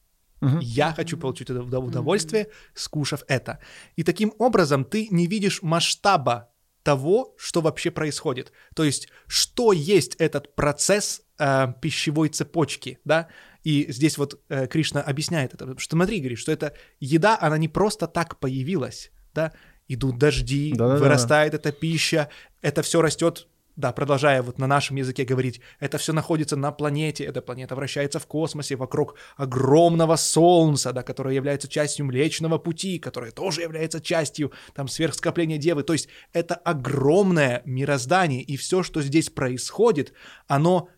Я хочу получить удовольствие, скушав это. И таким образом ты не видишь масштаба того, что вообще происходит. То есть, что есть этот процесс пищевой цепочки, да? И здесь вот Кришна объясняет это, что смотри, говорит, что эта еда, она не просто так появилась, да? Идут дожди, вырастает эта пища, это все растет. Да, продолжая вот на нашем языке говорить, это все находится на планете, эта планета вращается в космосе вокруг огромного Солнца, да, которое является частью Млечного Пути, которое тоже является частью там сверхскопления Девы. То есть это огромное мироздание, и все, что здесь происходит, оно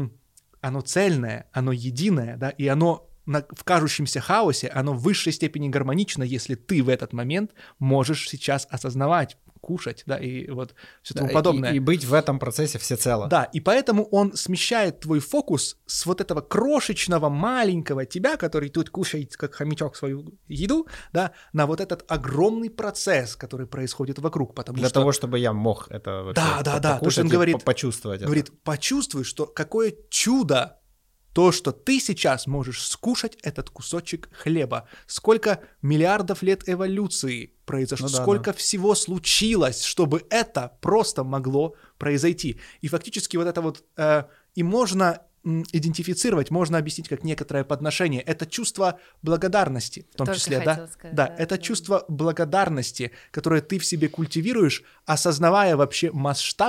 цельное, оно единое, да, и оно в кажущемся хаосе, оно в высшей степени гармонично, если ты в этот момент можешь сейчас осознавать, кушать, да, и вот все тому подобное. И быть в этом процессе всецело. Да, и поэтому он смещает твой фокус с вот этого крошечного маленького тебя, который тут кушает, как хомячок, свою еду, да, на вот этот огромный процесс, который происходит вокруг, потому для что... того, чтобы я мог это покушать, он говорит, почувствовать. Говорит, почувствуй, что какое чудо то, что ты сейчас можешь скушать этот кусочек хлеба. Сколько миллиардов лет эволюции произошло, сколько всего случилось, чтобы это просто могло произойти. И фактически вот это вот и можно идентифицировать, можно объяснить как некоторое подношение. Это чувство благодарности, в том только числе, да? Сказать, да, это чувство благодарности, которое ты в себе культивируешь, осознавая вообще масштаб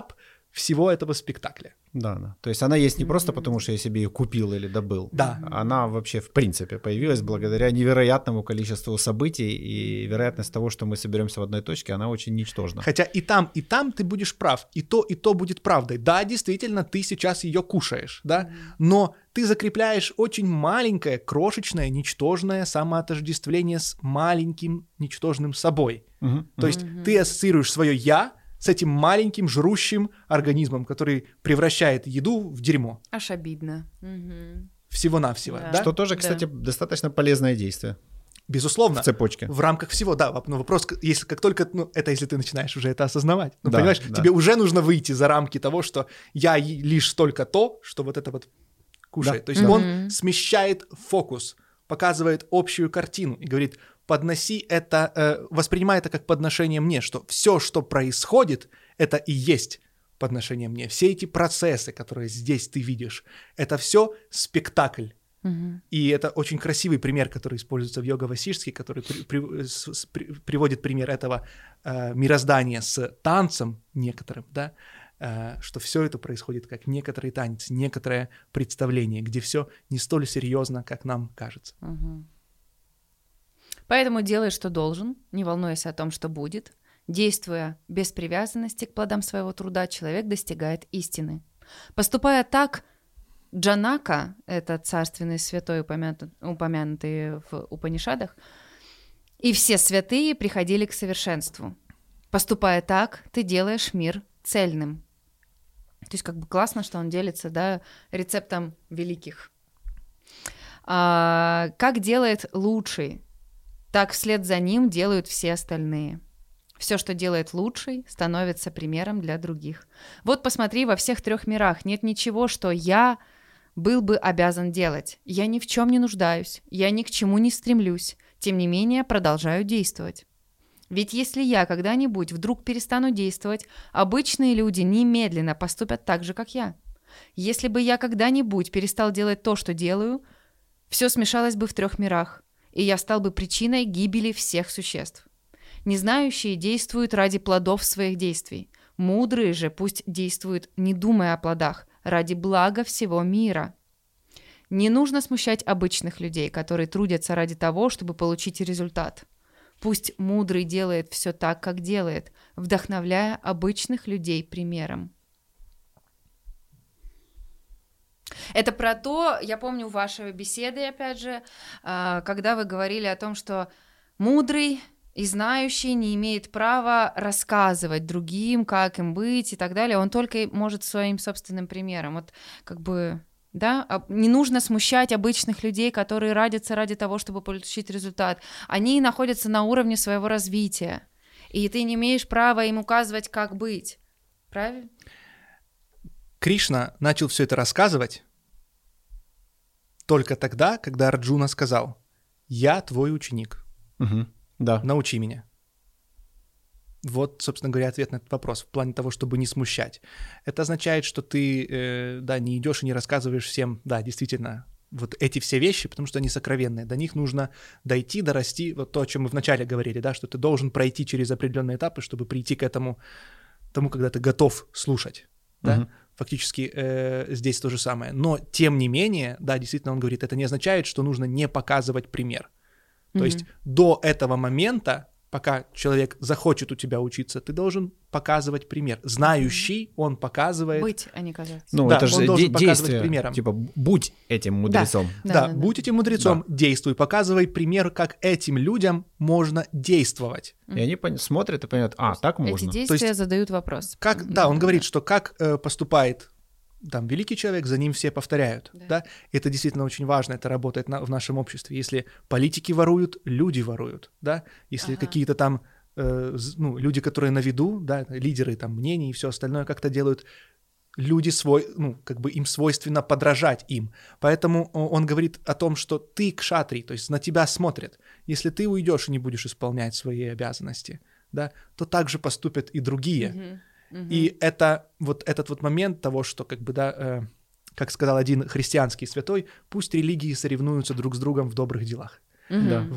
всего этого спектакля. Да. То есть она есть не просто потому, что я себе ее купил или добыл. Да. Она вообще в принципе появилась благодаря невероятному количеству событий, и вероятность того, что мы соберемся в одной точке, она очень ничтожна. Хотя и там ты будешь прав, и то будет правдой. Да, действительно, ты сейчас ее кушаешь, да, но ты закрепляешь очень маленькое, крошечное, ничтожное самоотождествление с маленьким, ничтожным собой. То есть ты ассоциируешь свое «я» с этим маленьким жрущим организмом, который превращает еду в дерьмо. Аж обидно. Всего-навсего. Да. Что тоже, кстати, достаточно полезное действие. Безусловно. В цепочке. В рамках всего, да. Но вопрос, если как только, это если ты начинаешь уже это осознавать. Да, понимаешь, да. тебе уже нужно выйти за рамки того, что я лишь только то, что вот это вот кушает. Да. То есть он смещает фокус, показывает общую картину и говорит: подноси это, воспринимай это как подношение мне, что все, что происходит, это и есть подношение мне. Все эти процессы, которые здесь ты видишь, это все спектакль. И это очень красивый пример, который используется в йога-васиштхе, который приводит пример этого мироздания с танцем некоторым, да, что все это происходит как некоторый танец, некоторое представление, где все не столь серьезно, как нам кажется. Поэтому делай, что должен, не волнуясь о том, что будет. Действуя без привязанности к плодам своего труда, человек достигает истины. Поступая так, Джанака, это царственный святой, упомянутый в Упанишадах, и все святые приходили к совершенству. Поступая так, ты делаешь мир цельным. То есть как бы классно, что он делится, да, рецептом великих. Как делает лучший, так вслед за ним делают все остальные. Все, что делает лучший, становится примером для других. Вот посмотри, во всех 3 мирах нет ничего, что я был бы обязан делать. Я ни в чем не нуждаюсь, я ни к чему не стремлюсь. Тем не менее, продолжаю действовать. Ведь если я когда-нибудь вдруг перестану действовать, обычные люди немедленно поступят так же, как я. Если бы я когда-нибудь перестал делать то, что делаю, все смешалось бы в 3 мирах, и я стал бы причиной гибели всех существ. Незнающие действуют ради плодов своих действий. Мудрые же пусть действуют, не думая о плодах, ради блага всего мира. Не нужно смущать обычных людей, которые трудятся ради того, чтобы получить результат. Пусть мудрый делает все так, как делает, вдохновляя обычных людей примером. Это про то, я помню ваши беседы, опять же, когда вы говорили о том, что мудрый и знающий не имеет права рассказывать другим, как им быть и так далее, он только может своим собственным примером. Вот как бы, да, не нужно смущать обычных людей, которые радятся ради того, чтобы получить результат. Они находятся на уровне своего развития, и ты не имеешь права им указывать, как быть. Правильно? Кришна начал все это рассказывать только тогда, когда Арджуна сказал: «Я твой ученик». Да. Научи меня. Вот, собственно говоря, ответ на этот вопрос в плане того, чтобы не смущать. Это означает, что ты, не идешь и не рассказываешь всем, действительно, вот эти все вещи, потому что они сокровенные. До них нужно дойти, дорасти. Вот то, о чем мы вначале говорили, что ты должен пройти через определенные этапы, чтобы прийти к тому, когда ты готов слушать. Да? Фактически здесь то же самое. Но, тем не менее, действительно, он говорит, это не означает, что нужно не показывать пример. То есть до этого момента, пока человек захочет у тебя учиться, ты должен показывать пример. Знающий, он показывает... Быть, а не казаться. Это же он должен показывать действие, примером. типа, будь этим мудрецом. Да, будь этим мудрецом, действуй, показывай пример, как этим людям можно действовать. И они смотрят и понимают, так можно. Эти действия задают вопрос. Он говорит, что как поступает великий человек, за ним все повторяют. Да? Это действительно очень важно, это работает в нашем обществе. Если политики воруют, люди воруют. Да? Если какие-то там люди, которые на виду, лидеры мнений и все остальное как-то делают, люди им свойственно подражать им. Поэтому он говорит о том, что ты кшатрий, то есть на тебя смотрят. Если ты уйдешь и не будешь исполнять свои обязанности, то так же поступят и другие. И это этот момент того, что как сказал один христианский святой, пусть религии соревнуются друг с другом в добрых делах.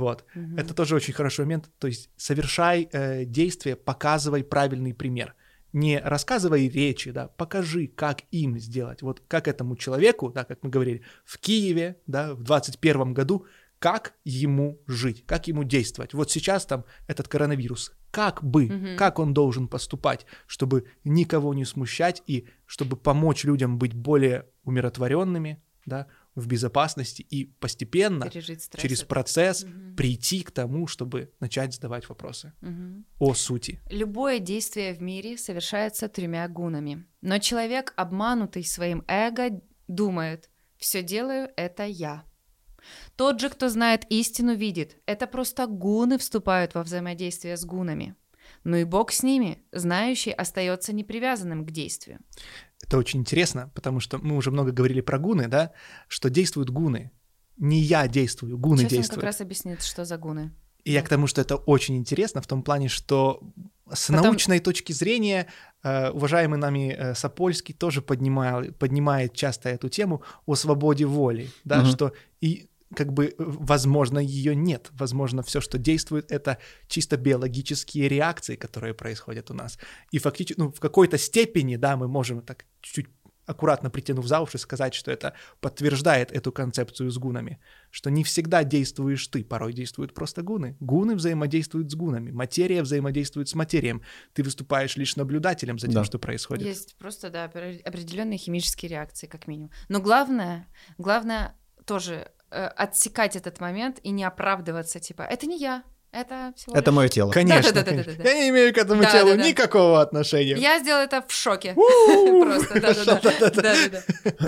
Это тоже очень хороший момент. То есть совершай действия, показывай правильный пример. не рассказывай речи, да, покажи, как им сделать. Вот как этому человеку, да, как мы говорили, в Киеве, да, в 21 году, как ему жить, как ему действовать. Вот сейчас там этот коронавирус, как он должен поступать, чтобы никого не смущать и чтобы помочь людям быть более умиротворенными, да, в безопасности и постепенно через процесс прийти к тому, чтобы начать задавать вопросы о сути. Любое действие в мире совершается 3 гунами, но человек, обманутый своим эго, думает: «Все делаю это я». Тот же, кто знает истину, видит, это просто гуны вступают во взаимодействие с гунами. Ну и Бог с ними, знающий остается непривязанным к действию. Это очень интересно, потому что мы уже много говорили про гуны, да, что действуют гуны. Не я действую, гуны сейчас действуют. Сейчас он как раз объяснит, что за гуны. И я к тому, что это очень интересно в том плане, что с научной точки зрения уважаемый нами Сапольский тоже поднимает часто эту тему о свободе воли, да, что и как бы, возможно, ее нет. Возможно, все, что действует, это чисто биологические реакции, которые происходят у нас. И фактически, в какой-то степени, да, мы можем так чуть-чуть аккуратно притянув за уши, сказать, что это подтверждает эту концепцию с гунами, что не всегда действуешь ты, порой действуют просто гуны. Гуны взаимодействуют с гунами, материя взаимодействует с материем. Ты выступаешь лишь наблюдателем за тем, что происходит. Есть просто, да, определенные химические реакции, как минимум. Но главное тоже отсекать этот момент и не оправдываться, типа, это не я, это всего лишь... Это мое тело. Конечно, да. Я не имею к этому телу никакого отношения. Я сделала это в шоке. Просто, да.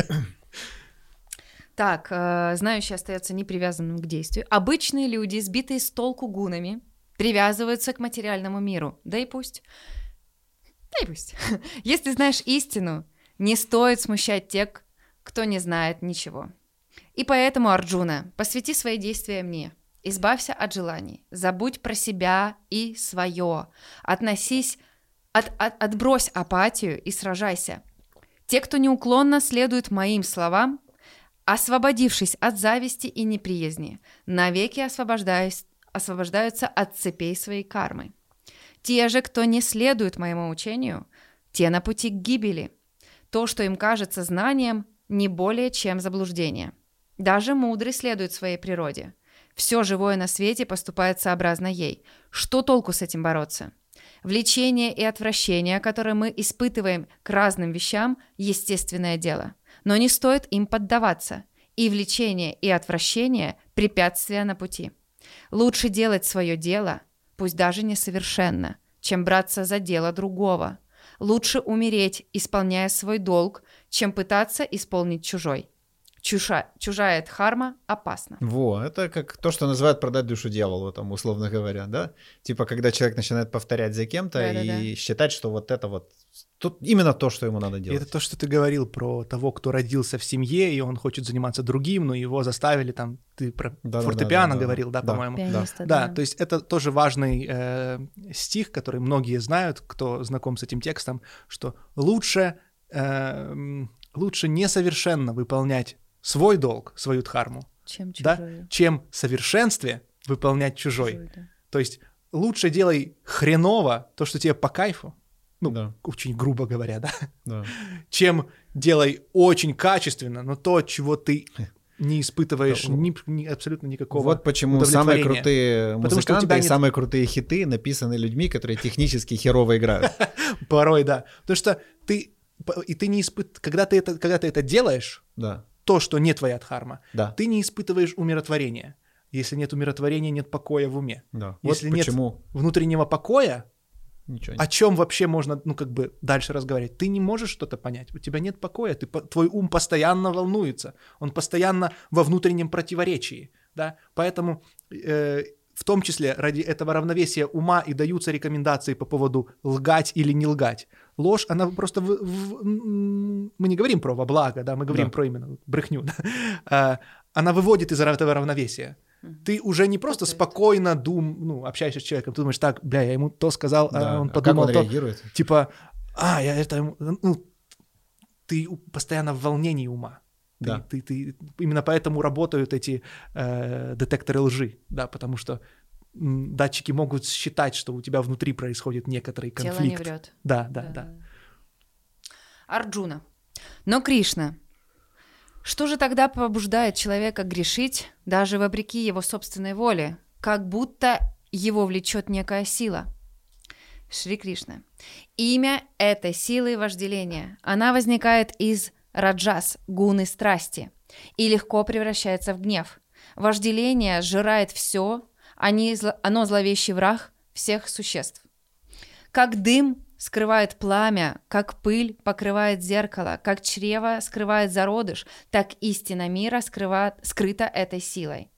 Так, знающий остается непривязанным к действию. Обычные люди, сбитые с толку гунами, привязываются к материальному миру. Да и пусть. Если знаешь истину, не стоит смущать тех, кто не знает ничего. И поэтому, Арджуна, посвяти свои действия мне. Избавься от желаний, забудь про себя и свое. Отбрось апатию и сражайся. Те, кто неуклонно следует моим словам, освободившись от зависти и неприязни, навеки освобождаются от цепей своей кармы. Те же, кто не следует моему учению, те на пути к гибели. То, что им кажется знанием, не более чем заблуждение. Даже мудрый следует своей природе. Все живое на свете поступает сообразно ей. Что толку с этим бороться? Влечение и отвращение, которое мы испытываем к разным вещам, естественное дело. Но не стоит им поддаваться. И влечение, и отвращение – препятствия на пути. Лучше делать свое дело, пусть даже несовершенно, чем браться за дело другого. Лучше умереть, исполняя свой долг, чем пытаться исполнить чужой. Чужая дхарма опасна. Это как то, что называют продать душу дьяволу, там, условно говоря, да? Типа, когда человек начинает повторять за кем-то и считать, что вот это вот тут именно то, что ему надо делать. Это то, что ты говорил про того, кто родился в семье, и он хочет заниматься другим, но его заставили там, ты про фортепиано говорил, по-моему? Пианиста, да, то есть это тоже важный стих, который многие знают, кто знаком с этим текстом, что лучше несовершенно выполнять свой долг, свою дхарму, чем в совершенстве выполнять чужой. То есть лучше делай хреново то, что тебе по кайфу, очень грубо говоря, чем делай очень качественно, но то, чего ты не испытываешь абсолютно никакого Вот почему самые крутые музыканты и самые крутые хиты написаны людьми, которые технически херово играют. Порой, да. Потому что ты не испытываешь, когда ты это делаешь, то, что не твоя дхарма, ты не испытываешь умиротворения. Если нет умиротворения, нет покоя в уме. Если нет внутреннего покоя, о чем вообще можно, дальше разговаривать? Ты не можешь что-то понять, у тебя нет покоя, твой ум постоянно волнуется, он постоянно во внутреннем противоречии, да? Поэтому в том числе ради этого равновесия ума и даются рекомендации по поводу лгать или не лгать. Ложь, она просто... мы не говорим про во благо, да, мы говорим про именно брехню. Да? Она выводит из этого равновесия. Ты уже не просто спокойно общаешься с человеком, ты думаешь, так, я ему то сказал, а он подумал, как он реагирует? Типа, ты постоянно в волнении ума. Ты, именно поэтому работают эти детекторы лжи, да, потому что датчики могут считать, что у тебя внутри происходит некоторый конфликт. Тело не врет. Да. Арджуна. Но Кришна, что же тогда побуждает человека грешить, даже вопреки его собственной воле, как будто его влечет некая сила? Шри Кришна. Имя этой силы вожделения. Она возникает из раджас, гуны страсти, и легко превращается в гнев. Вожделение сжирает все, оно зловещий враг всех существ. Как дым скрывает пламя, как пыль покрывает зеркало, как чрево скрывает зародыш, так истина мира скрыта этой силой.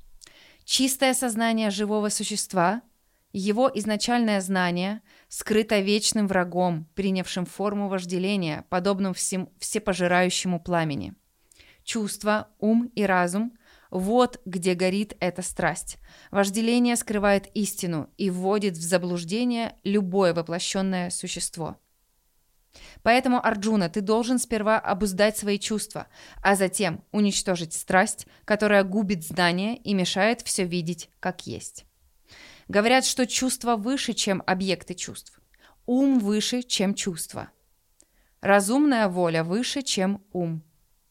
Чистое сознание живого существа, его изначальное знание, скрыто вечным врагом, принявшим форму вожделения, подобным всепожирающему пламени. Чувство, ум и разум – вот где горит эта страсть. Вожделение скрывает истину и вводит в заблуждение любое воплощенное существо. Поэтому, Арджуна, ты должен сперва обуздать свои чувства, а затем уничтожить страсть, которая губит знание и мешает все видеть как есть. Говорят, что чувства выше, чем объекты чувств. Ум выше, чем чувства. Разумная воля выше, чем ум.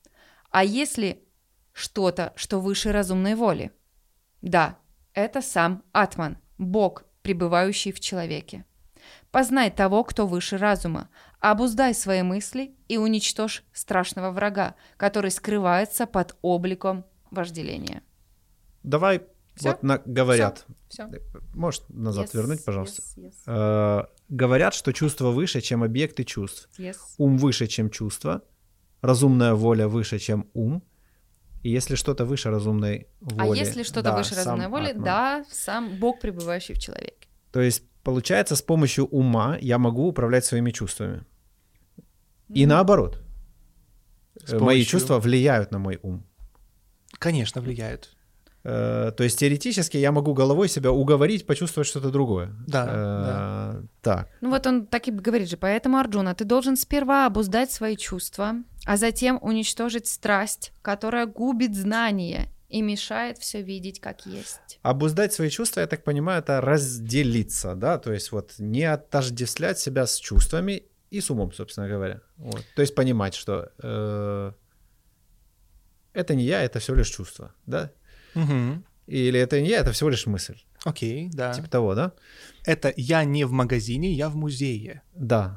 А если что-то, что выше разумной воли? Да, это сам Атман, Бог, пребывающий в человеке. Познай того, кто выше разума, обуздай свои мысли и уничтожь страшного врага, который скрывается под обликом вожделения. Давай. Всё? Вот говорят. Всё. Можешь назад вернуть, пожалуйста? Yes. Говорят, что чувства выше, чем объекты чувств. Yes. Ум выше, чем чувства. Разумная воля выше, чем ум. И если что-то выше разумной воли... А если что-то выше разумной воли, Атман. да, сам Бог, пребывающий в человеке. То есть, получается, с помощью ума я могу управлять своими чувствами. И наоборот. Мои чувства влияют на мой ум. Конечно, влияют. То есть теоретически я могу головой себя уговорить, почувствовать что-то другое. Да. Так. Ну вот он так и говорит же, поэтому, Арджуна, ты должен сперва обуздать свои чувства, а затем уничтожить страсть, которая губит знание и мешает все видеть как есть. Обуздать свои чувства, я так понимаю, это разделиться, да, то есть вот не отождествлять себя с чувствами и с умом, собственно говоря. Вот. То есть понимать, что это не я, это всего лишь чувство, да? Угу. Или это не я, это всего лишь мысль. Окей, да. Типа того, да? Это я не в магазине, я в музее. Да.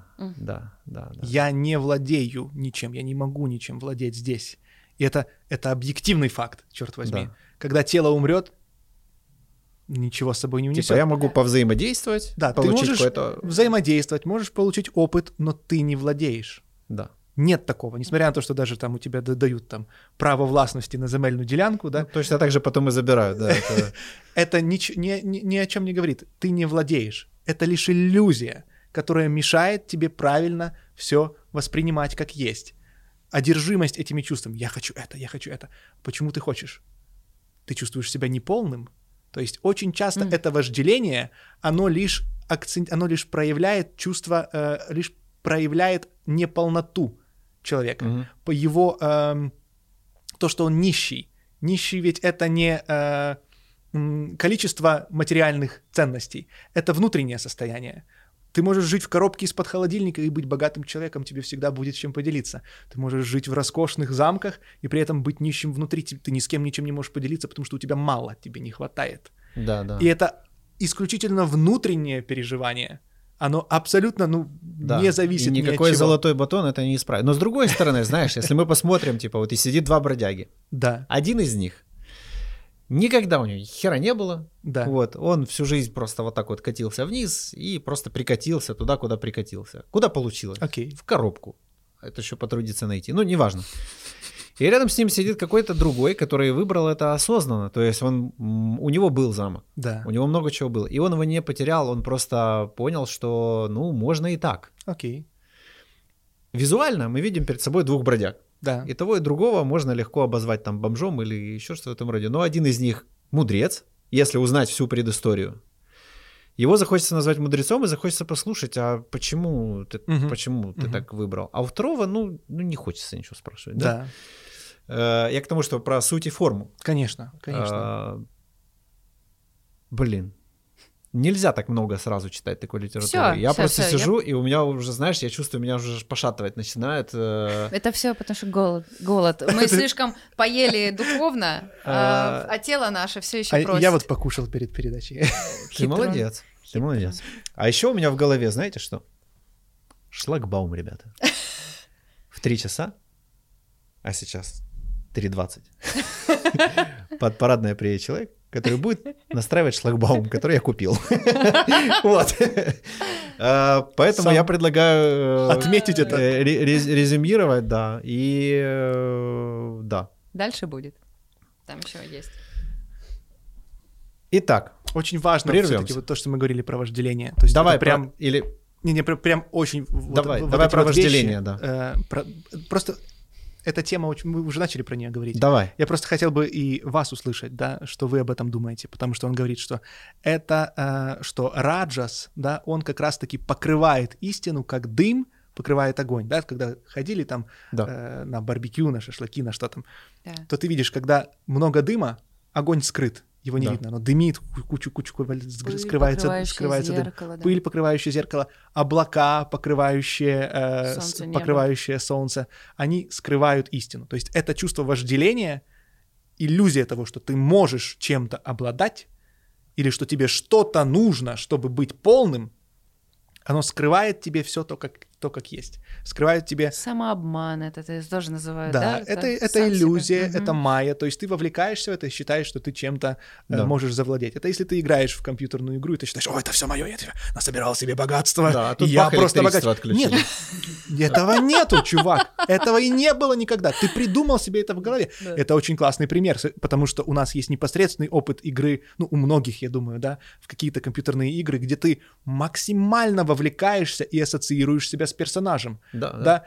Я не владею ничем, я не могу ничем владеть здесь. И это объективный факт, черт возьми. Да. Когда тело умрет, ничего с собой не унесет. Типа я могу повзаимодействовать, да, ты получить можешь какое-то... взаимодействовать, можешь получить опыт, но ты не владеешь. Да. Нет такого, несмотря на то, что даже там у тебя дают там право властности на земельную делянку, да. Ну, точно так же потом и забирают, да. Это ни о чем не говорит. Ты не владеешь. Это лишь иллюзия, которая мешает тебе правильно все воспринимать как есть. Одержимость этими чувствами. Я хочу это. Почему ты хочешь? Ты чувствуешь себя неполным? То есть очень часто это вожделение, оно лишь проявляет чувство, лишь проявляет неполноту человека. По его... то, что он нищий. Нищий ведь это не количество материальных ценностей. Это внутреннее состояние. Ты можешь жить в коробке из-под холодильника и быть богатым человеком, тебе всегда будет чем поделиться. Ты можешь жить в роскошных замках и при этом быть нищим внутри. Ты ни с кем ничем не можешь поделиться, потому что у тебя мало, тебе не хватает. Да. И это исключительно внутреннее переживание. Оно абсолютно, не зависит ни от чего. Никакой золотой батон это не исправит. Но с другой стороны, знаешь, если мы посмотрим, типа, вот и сидит два бродяги. Да. Один из них, никогда у него хера не было. Да. Вот, он всю жизнь просто вот так вот катился вниз и просто прикатился туда, куда прикатился. Куда получилось? Окей. В коробку. Это еще потрудиться найти. Ну, неважно. И рядом с ним сидит какой-то другой, который выбрал это осознанно. То есть у него был замок, Да. у него много чего было. И он его не потерял, он просто понял, что, можно и так. Окей. Визуально мы видим перед собой двух бродяг. Да. И того, и другого можно легко обозвать там бомжом или еще что-то в этом роде. Но один из них мудрец, если узнать всю предысторию. Его захочется назвать мудрецом и захочется послушать, а почему ты так выбрал. А у второго, не хочется ничего спрашивать. Да? Я к тому, что про суть и форму. Конечно. нельзя так много сразу читать такой литературы. Я просто сижу, и у меня уже, знаешь, я чувствую, меня уже пошатывать начинает. Это все потому что голод. Мы слишком поели духовно, а тело наше все еще просит. Я вот покушал перед передачей. Ты молодец. Ты молодец. А еще у меня в голове, знаете что? Шлагбаум, ребята. В 3 часа, а сейчас 3:20, парадная приедет человек, который будет настраивать шлагбаум, который я купил. Вот. Поэтому я предлагаю отметить это. Резюмировать, да. И да. Дальше будет. Там еще есть. Итак, очень важно все-таки вот то, что мы говорили про вожделение. То есть давай прям или не прям очень. Давай про вожделение, да. Просто эта тема очень, мы уже начали про нее говорить. Давай. Я просто хотел бы и вас услышать, да, что вы об этом думаете, потому что он говорит, что это, что раджас, да, он как раз-таки покрывает истину, как дым покрывает огонь, да, когда ходили там на барбекю, на шашлыки, на что там, то ты видишь, когда много дыма, огонь скрыт. Его не видно, оно дымит, кучу скрывается зеркало, дым. Пыль, покрывающая зеркало, облака, покрывающие солнце, они скрывают истину. То есть это чувство вожделения, иллюзия того, что ты можешь чем-то обладать, или что тебе что-то нужно, чтобы быть полным, оно скрывает тебе все то, как есть. Скрывает тебе... Самообман, это тоже называют, да? Это иллюзия, это майя. То есть ты вовлекаешься в это и считаешь, что ты чем-то можешь завладеть. Это если ты играешь в компьютерную игру, и ты считаешь, это все мое, я насобирал себе богатство, да, тут я просто богач. Нет, этого нету, чувак. Этого и не было никогда. Ты придумал себе это в голове. Да. Это очень классный пример, потому что у нас есть непосредственный опыт игры, у многих, я думаю, да, в какие-то компьютерные игры, где ты максимально вовлекаешься и ассоциируешь себя с персонажем. Да.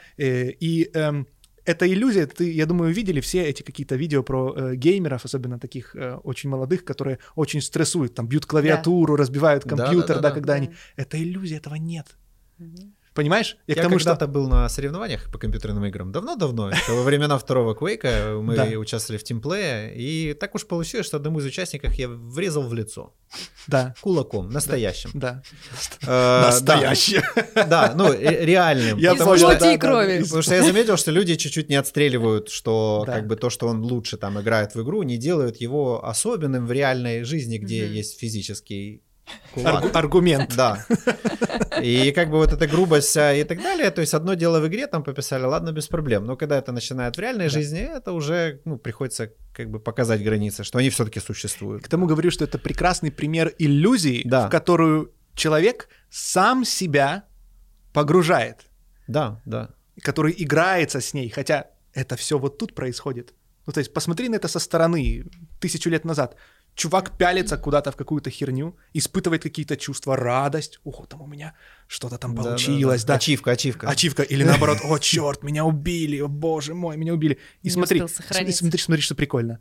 Эта иллюзия, я думаю, видели все эти какие-то видео про геймеров, особенно таких очень молодых, которые очень стрессуют, там бьют клавиатуру, разбивают компьютер, когда они... Это иллюзия, этого нет. Понимаешь? Я когда-то был на соревнованиях по компьютерным играм. Давно-давно. Это во времена второго Quake'а мы участвовали в тимплее, и так уж получилось, что одному из участников я врезал в лицо. Да. Кулаком, настоящим. Да. Настоящим. Да, реальным. Из плоти и крови. Потому что я заметил, что люди чуть-чуть не отстреливают, что как бы то, что он лучше там играет в игру, не делают его особенным в реальной жизни, где есть физический аргумент. Да. И как бы вот эта грубость и так далее, то есть одно дело в игре там пописали, ладно, без проблем, но когда это начинает в реальной жизни, это уже приходится как бы показать границы, что они все-таки существуют. К тому говорю, что это прекрасный пример иллюзии, в которую человек сам себя погружает. Да. Который играется с ней, хотя это все вот тут происходит. То есть посмотри на это со стороны, 1000 лет назад. Чувак пялится куда-то в какую-то херню, испытывает какие-то чувства, радость. Там у меня что-то там получилось. Да. Ачивка. Или наоборот, о, черт, меня убили, о, боже мой, меня убили. И смотри, что прикольно.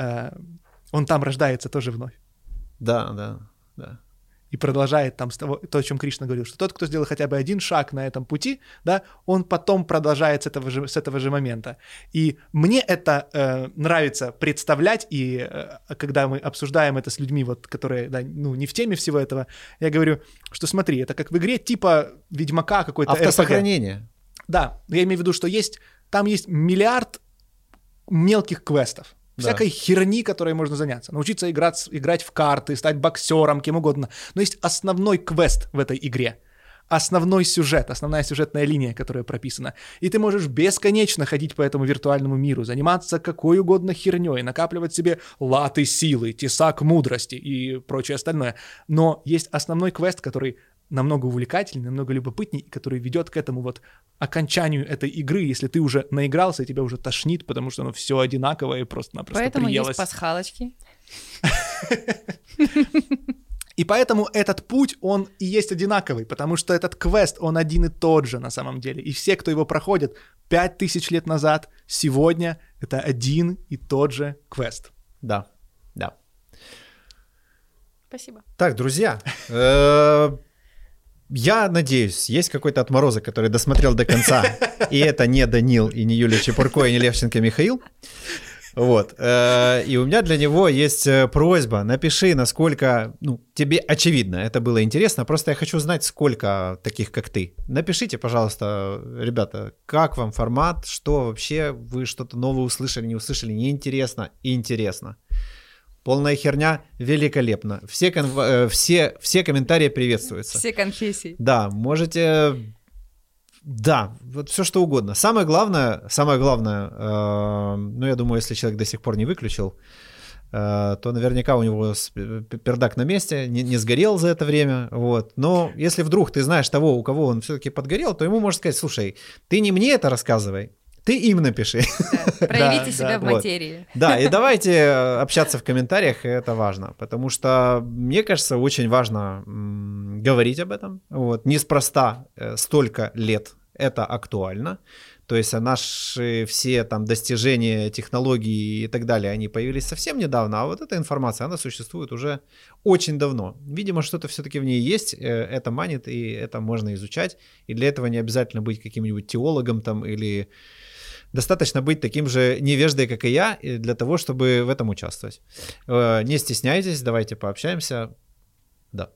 Он там рождается тоже вновь. Да. И продолжает там с того, то, о чем Кришна говорил, что тот, кто сделал хотя бы один шаг на этом пути, да, он потом продолжает с этого же момента. И мне это нравится представлять, и когда мы обсуждаем это с людьми, которые не в теме всего этого, я говорю, что смотри, это как в игре типа Ведьмака какой-то автосохранение. RPG. Да, я имею в виду, что там есть миллиард мелких квестов. Всякой херни, которой можно заняться. Научиться играть в карты, стать боксером, кем угодно. Но есть основной квест в этой игре. Основной сюжет, основная сюжетная линия, которая прописана. И ты можешь бесконечно ходить по этому виртуальному миру, заниматься какой угодно херней, накапливать себе латы силы, тесак мудрости и прочее остальное. Но есть основной квест, который намного увлекательнее, намного любопытнее, который ведет к этому окончанию этой игры, если ты уже наигрался, и тебя уже тошнит, потому что оно все одинаковое и просто-напросто поэтому приелось. Есть пасхалочки. И поэтому этот путь, он и есть одинаковый, потому что этот квест, он один и тот же на самом деле. И все, кто его проходит 5000 лет назад, сегодня, это один и тот же квест. Да. Спасибо. Так, друзья, я надеюсь, есть какой-то отморозок, который досмотрел до конца, и это не Данил, и не Юлия Чепурко, и не Левченко Михаил. Вот. И у меня для него есть просьба. Напиши, насколько... Ну, тебе очевидно, это было интересно. Просто я хочу знать, сколько таких, как ты. Напишите, пожалуйста, ребята, как вам формат, что вообще вы что-то новое услышали, не услышали, неинтересно, интересно. Полная херня, великолепно. Все комментарии приветствуются. Все конфессии. Да, можете... Да, вот все что угодно. Самое главное, ну, я думаю, если человек до сих пор не выключил, то наверняка у него пердак на месте, не сгорел за это время, вот. Но если вдруг ты знаешь того, у кого он все-таки подгорел, то ему можно сказать: слушай, ты не мне это рассказывай, ты им напиши. Да, проявите себя в материи. Да, и давайте общаться в комментариях, это важно, потому что, мне кажется, очень важно говорить об этом. Вот. Неспроста столько лет это актуально. То есть наши все там достижения, технологии и так далее, они появились совсем недавно, а вот эта информация, она существует уже очень давно. Видимо, что-то все-таки в ней есть, это манит, и это можно изучать. И для этого не обязательно быть каким-нибудь теологом там или... Достаточно быть таким же невеждой, как и я, для того, чтобы в этом участвовать. Не стесняйтесь, давайте пообщаемся. Да.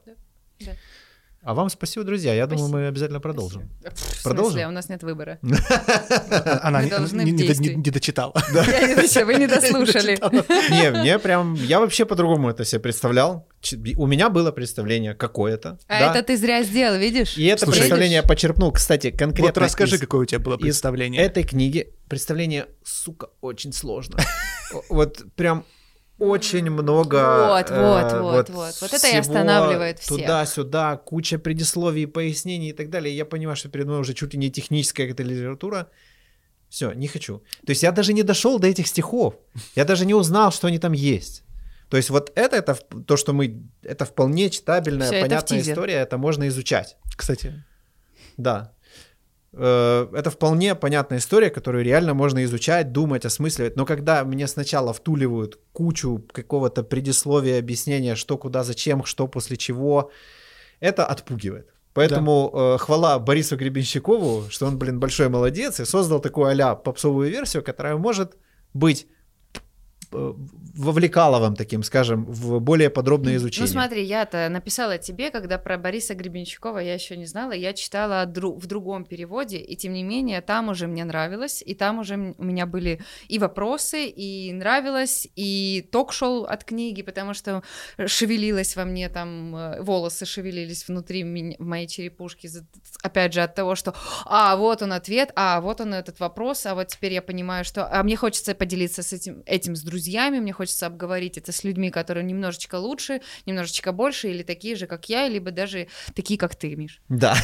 А вам спасибо, друзья. Я думаю, мы обязательно продолжим. Продолжим? В смысле, у нас нет выбора. Она не дочитала. Вы не дослушали. Не, я вообще по-другому это себе представлял. У меня было представление какое-то. А это ты зря сделал, видишь? И это представление я почерпнул, кстати, конкретно. Вот расскажи, какое у тебя было представление. Из этой книги представление, сука, очень сложно. Вот прям... Очень много... Вот это и останавливает всех. Туда-сюда, куча предисловий, пояснений и так далее. Я понимаю, что передо мной уже чуть ли не техническая какая-то литература. Все, не хочу. То есть я даже не дошел до этих стихов. Я даже не узнал, что они там есть. То есть вот это то, что это вполне читабельная, все, понятная история, это можно изучать. Кстати. Да. Это вполне понятная история, которую реально можно изучать, думать, осмысливать. Но когда мне сначала втуливают кучу какого-то предисловия, объяснения, что, куда, зачем, что, после чего, это отпугивает. Поэтому хвала Борису Гребенщикову, что он, большой молодец и создал такую а-ля попсовую версию, которая может быть вовлекаловым таким, скажем, в более подробное изучение. Ну смотри, я-то написала тебе, когда про Бориса Гребенщикова я еще не знала, я читала в другом переводе, и тем не менее там уже мне нравилось, и там уже у меня были и вопросы, и нравилось, и ток шел от книги, потому что шевелилось во мне там, волосы шевелились внутри в моей черепушке, опять же от того, что вот он ответ, вот он этот вопрос, а вот теперь я понимаю, что... А мне хочется поделиться с этим с друзьями, мне хочется обговорить это с людьми, которые немножечко лучше, немножечко больше, или такие же, как я, либо даже такие, как ты, Миш. Да.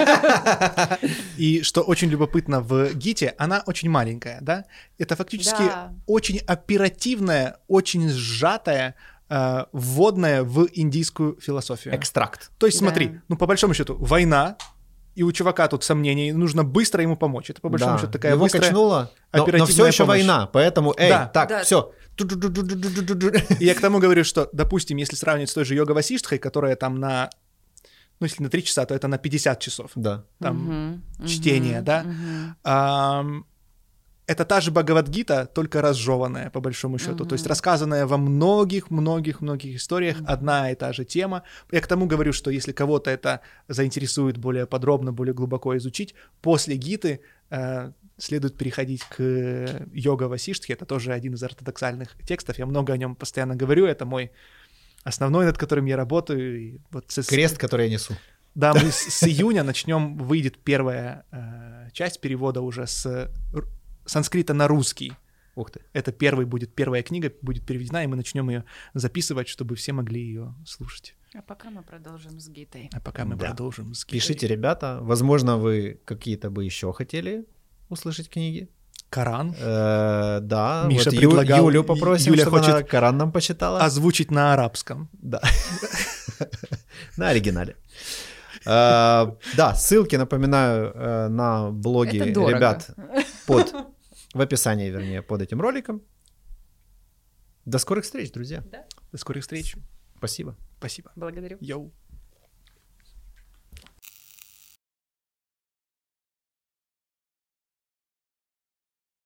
И что очень любопытно в ГИТе, она очень маленькая, да? Это фактически очень оперативная, очень сжатая, вводная в индийскую философию. Экстракт. То есть смотри, по большому счету, война, и у чувака тут сомнений, нужно быстро ему помочь. Это по большому счету такая его быстрая качнуло, но все еще помощь. Война, поэтому, все. И я к тому говорю, что, допустим, если сравнивать с той же йога-васиштхой, которая там если на 3 часа, то это на 50 часов. Да. Там чтение, да. Это та же Бхагавад-гита, только разжеванная, по большому счету. То есть рассказанная во многих-многих историях одна и та же тема. Я к тому говорю, что если кого-то это заинтересует более подробно, более глубоко изучить, после гиты следует переходить к йога-васиштхе. Это тоже один из ортодоксальных текстов. Я много о нем постоянно говорю. Это мой основной, над которым я работаю. И вот крест, который я несу. Да, мы с июня выйдет первая часть перевода уже с санскрита на русский. Ух ты. Это первая книга будет переведена, и мы начнем ее записывать, чтобы все могли ее слушать. А пока мы продолжим с гитой. Пишите, ребята. Возможно, вы какие-то бы еще хотели услышать книги. Коран. Да. Миша предлагал. Юлю попросим, Юля чтобы хочет она Коран нам почитала. Озвучить на арабском. Да. На оригинале. Да, ссылки, напоминаю, на блоги ребят в описании, вернее, под этим роликом. До скорых встреч, друзья. Да. До скорых встреч. Спасибо. Спасибо. Благодарю. Йоу.